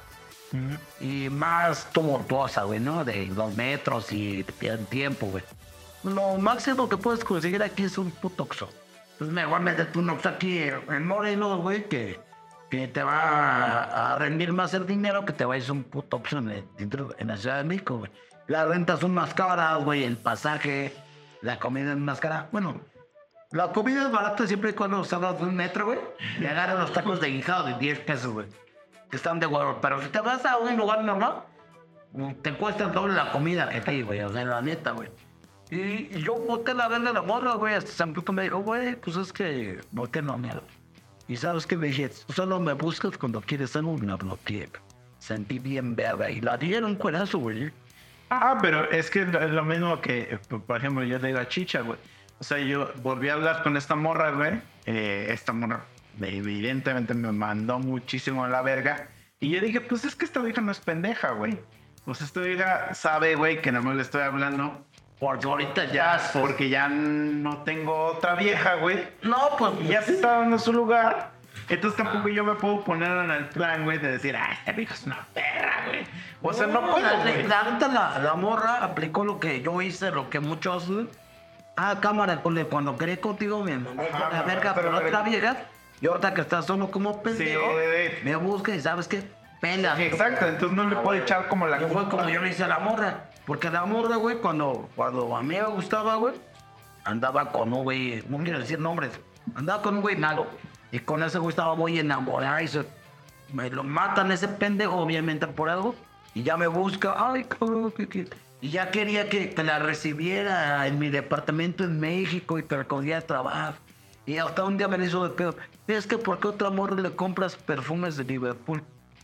y más tumultuosa, güey, ¿no? De dos metros y te pierden tiempo, güey. Lo máximo que puedes conseguir aquí es un puto Oxxo. Entonces mejor métete un Oxxo aquí en Moreno, güey, que... que te va a, a rendir más el dinero que te vayas a un puto Oxxo en, el- dentro- en la Ciudad de México, güey. Las rentas son más caras, güey, el pasaje, la comida es más cara. Bueno, la comida es barata siempre y cuando salgas de un metro, güey, y agarras los tacos de guisado de diez pesos, güey, que están de huevo. Pero si te vas a un lugar normal, te cuesta el doble la comida que aquí, güey, o sea, la neta, güey. Y, y yo boté la verga de la morra, güey, hasta San Puto me dijo, güey, pues es que, ¿por qué no, mierda? Y sabes qué me dije, solo me buscas cuando quieres algo, me bloqueé. Sentí bien verga y la dieron un cuerazo, güey. Ah, pero es que es lo mismo que, por ejemplo, yo le digo a Chicha, güey. O sea, yo volví a hablar con esta morra, güey. Eh, esta morra, evidentemente, me mandó muchísimo a la verga. Y yo dije, pues es que esta vieja no es pendeja, güey. Pues esta vieja sabe, güey, que no me le estoy hablando. Porque ahorita ya... Porque ya no tengo otra vieja, güey. No, pues Y ya se está dando su lugar. Entonces tampoco yo me puedo poner en el plan, güey, de decir, ah, esta vieja es una perra, güey. O sea, no, puedo, la, güey. la, neta, la, la morra aplicó lo que yo hice, lo que muchos... Ah, cámara, cole, cuando quería contigo me mandó Ajá, por la verga pero- por otra vieja. Y ahorita que estás solo como pendejo, güey. me busca y ¿sabes qué? Pela. Exacto, entonces no le puedo echar como la Y fue culpa. como yo le hice a la morra. Porque la morra, güey, cuando, cuando a mí me gustaba, güey, andaba con un güey, no quiero decir nombres, andaba con un güey malo. Y con ese güey estaba muy enamorado y se, me lo matan ese pendejo, obviamente por algo. Y ya me busca, ay, cabrón, ¿qué, qué? Y ya quería que, que la recibiera en mi departamento en México y que recogía trabajo. Y hasta un día me hizo de pedo. Es que ¿por qué a otra morra le compras perfumes de Liverpool?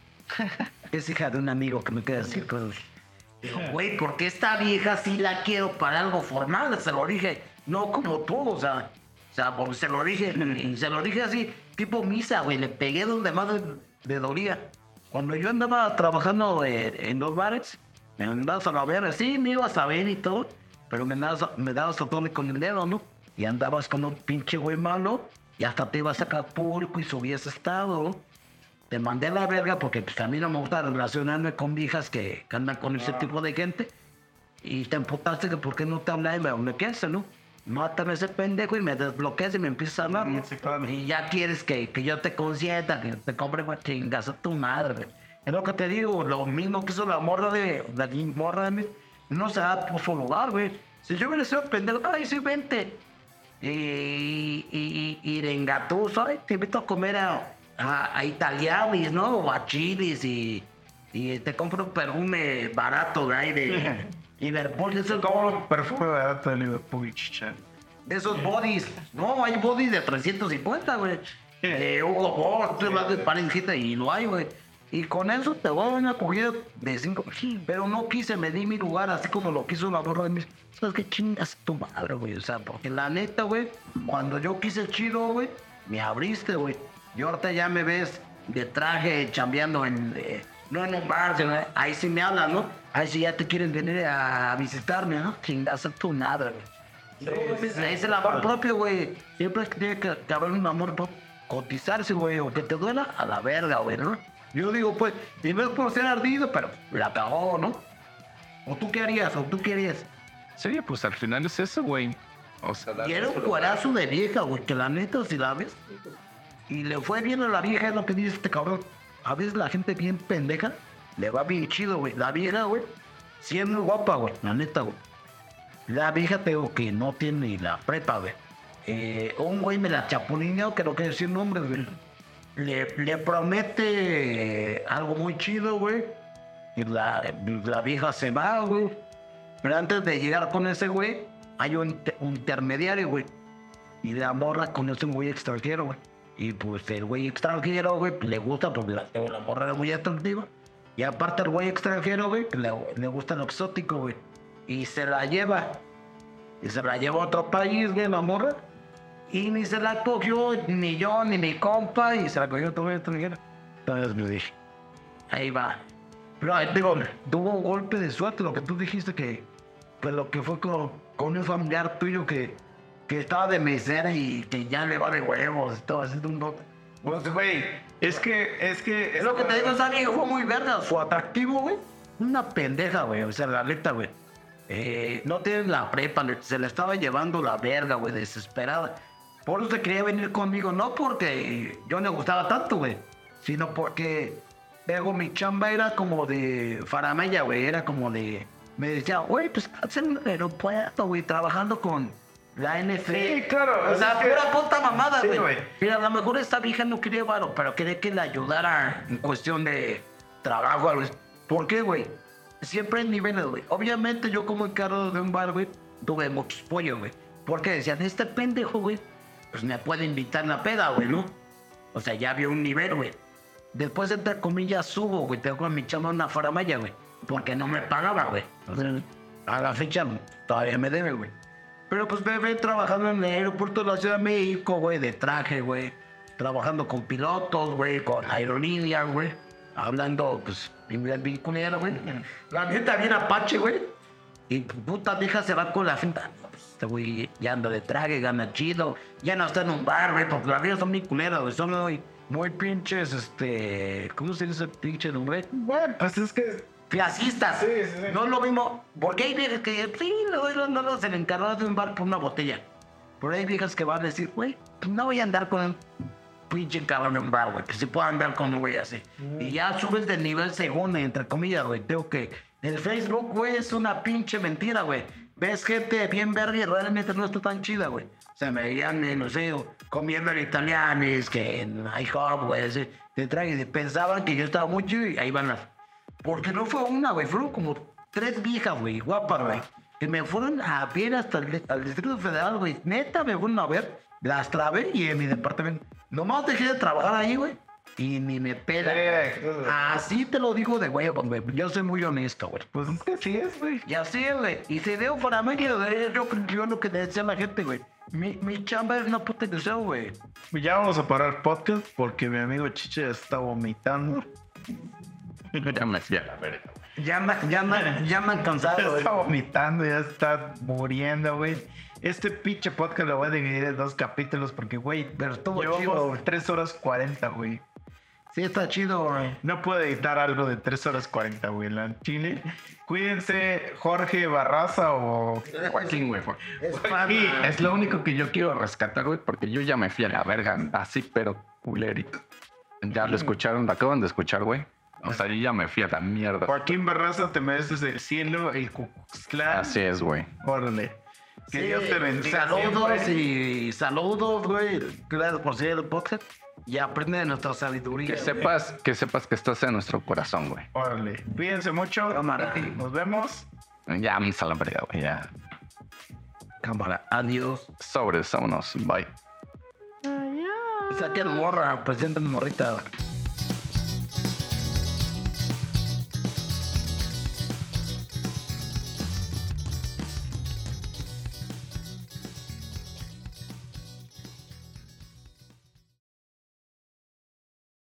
Es hija de un amigo que me queda así, pues. Digo, güey, porque esta vieja sí la quiero para algo formal, se lo dije, no como tú, o sea, o sea, porque se lo dije, y se lo dije así, tipo misa, güey, le pegué donde más le, le dolía. Cuando yo andaba trabajando eh, en los bares, me andabas a la ver, sí, me ibas a ver y todo, pero me dabas, me dabas a toque con el dedo, ¿no? Y andabas con un pinche güey malo, y hasta te ibas a sacar público y subías estado. Te mandé a la verga porque pues, a mí no me gusta relacionarme con viejas que, que andan con ese tipo de gente. y te emputaste que por qué no te hablas y me bloqueaste, ¿no? Mátame ese pendejo y me desbloqueas y me empiezas a hablar. Sí, claro. Y ya quieres que, que yo te consienta, que te compre una chingas a tu madre, güey. Es lo que te digo, lo mismo que hizo la morra de la morra de mí. No se da por su lugar, güey. Si yo hubiera sido pendejo, ay, sí, vente. Y, y, y, y de engatuso, ay, te invito a comer a, a, a italianis, ¿no? O a chilis y, y te compro un perfume barato, güey, de Liverpool. De esos, Como un perfume barato de Liverpool, chicha. de esos bodies. No, hay bodies de trescientos cincuenta, güey. Eh, Hugo Boss, estoy hablando de Parencita y no hay, güey. Y con eso te voy a dar una cogida de cinco. Sí, pero no quise medir mi lugar así como lo quiso la borra de mis. ¿Sabes qué chingas tu madre, güey? O sea, porque la neta, güey, cuando yo quise chido, güey, me abriste, güey. Y ahorita ya me ves de traje chambeando en. Eh, no en un bar, sino, eh, ahí sí me hablan, ¿no? Ahí sí ya te quieren venir a visitarme, ¿no? Chingas a tu madre, güey. Sí, sí, es el amor propio, güey. Siempre es que tiene que, que haber un amor propio. Cotizarse, güey, o que te duela a la verga, güey, ¿no? Yo digo, pues, y no es por ser ardido, pero la cagó, ¿no? ¿O tú qué harías? ¿O tú qué harías? Sí, pues al final es eso, güey. O sea, Y era un cuarazo de vieja, güey, que la neta, si la ves, y le fue bien a la vieja, es lo que dice este cabrón. A veces la gente bien pendeja le va bien chido, güey. La vieja, güey, sí es muy guapa, güey, la neta, güey. La vieja, te digo, que no tiene ni la prepa, güey. Eh, un güey me la chapulineó, que no quiero decir nombres, güey. Le, le promete eh, algo muy chido, güey. Y la, la vieja se va, güey. Pero antes de llegar con ese güey, hay un, un intermediario, güey. Y la morra conoce un güey extranjero, güey. Y pues el güey extranjero, güey, le gusta porque la, la morra es muy atractiva. Y aparte el güey extranjero, güey, le, le gusta lo exótico, güey. Y se la lleva. Y se la lleva a otro país, güey, la morra. Y ni se la cogió, ni yo, ni mi compa, y se la cogió todo el extranjero. Entonces me dije, ahí va. Pero ahí digo, tuvo un golpe de suerte, lo que tú dijiste que, pues lo que fue con, con un familiar tuyo que, que estaba de mesera y que ya le va de huevos, estaba haciendo un golpe. Pues, güey, es que, es que... Es lo que te digo, esa vieja fue muy verga, su atractivo, güey. Una pendeja, güey, o sea, la neta, güey. Eh, no tiene la prepa, se la estaba llevando la verga, güey, desesperada. Por eso se quería venir conmigo, no porque yo le gustaba tanto, güey, sino porque luego mi chamba era como de faramaya, güey, era como de... Me decía, güey, pues estás en el aeropuerto, güey, trabajando con la N F L. Sí, claro. O sea, es que- pura puta mamada, Sí, güey. güey. Mira, a lo mejor esta vieja no quería varo, pero quería que le ayudara en cuestión de trabajo, güey. ¿Por qué, güey? Siempre hay niveles, güey. Obviamente yo como encargado de un bar, güey, tuve muchos pollos, güey. Porque decían, este pendejo, güey, pues me puede invitar a la peda, güey, ¿no? O sea, ya había un nivel, güey. Después, entre comillas, subo, güey. Tengo con mi chama una faramaya, güey. Porque no me pagaba, güey. O sea, a la fecha todavía me debe, güey. Pero pues me ven trabajando en el aeropuerto de la Ciudad de México, güey, de traje, güey. Trabajando con pilotos, güey, con aerolíneas, güey. Hablando, pues, inglés bien culero, güey. La neta bien apache, güey. Y puta vieja se va con la finta. Este güey ya anda de traje, gana chido. Ya no está en un bar, güey, porque las viejas son bien culeras, güey. Son muy, muy pinches, este... ¿Cómo se dice pinche nombre? Bueno, pues es que... Clasistas. Sí, sí, sí. No es lo mismo. Porque hay viejas que, sí, no, no, no, no se le encargó de un bar por una botella. Pero hay viejas que van a decir, güey, pues no voy a andar con un pinche cabrón en un bar, güey. Que si puedo andar con un güey así. Mm. Y ya subes de nivel segundo, entre comillas, güey. Tengo que... El Facebook, güey, es una pinche mentira, güey. Ves gente bien verga y realmente no está tan chida, güey. O sea, me veían, eh, no sé, comiendo en italianes, que en IHOP, güey, así, te traen y pensaban que yo estaba muy chido y ahí van las... Porque no fue una, güey, fueron como tres viejas, güey, guapas, güey. Que me fueron a ver hasta el al Distrito Federal, güey. Neta, me fueron a ver, las trabé y en mi departamento. Nomás dejé de trabajar ahí, güey. Y ni me pela. Sí, sí. Así te lo digo de güey, güey. Yo soy muy honesto, güey. Pues es que sí es, güey. Y así, güey. Y se dio para mí, yo, yo, yo lo que le decía a la gente, güey. Mi, mi chamba es una puta ilusión, güey. Ya vamos a parar podcast porque mi amigo Chiche está vomitando. Ya me fui a la verga. Ya me, ya me, ya me han cansado, Ya güey. está vomitando, ya está muriendo, güey. Este pinche podcast lo voy a dividir en dos capítulos porque, güey, Pero estuvo llevamos chido, güey. tres horas cuarenta, güey. Sí, está chido, güey. No puedo editar algo de tres horas cuarenta, güey, la Chile. Cuídense, Jorge Barraza o Joaquín, güey. Es Joaquín, pana. es lo único que yo quiero rescatar, güey, porque yo ya me fui a la verga, así, pero culerito. Ya lo escucharon, lo acaban de escuchar, güey. O sea, yo ya me fui a la mierda. Joaquín Barraza, te mereces el cielo, el Cucuxtlán. Así es, güey. Órale. Que Sí, Dios te bendiga. Saludos siempre. y saludos, güey. Gracias por seguir el podcast. Y aprende de nuestra sabiduría. Que güey. sepas, que sepas que estás en nuestro corazón, güey. Órale. Cuídense mucho. Cámara. Nos vemos. Ya me a la verga, güey. Ya. Cámara. Adiós. Sobres, vámonos. Bye. Saquen morra, presenten morrita.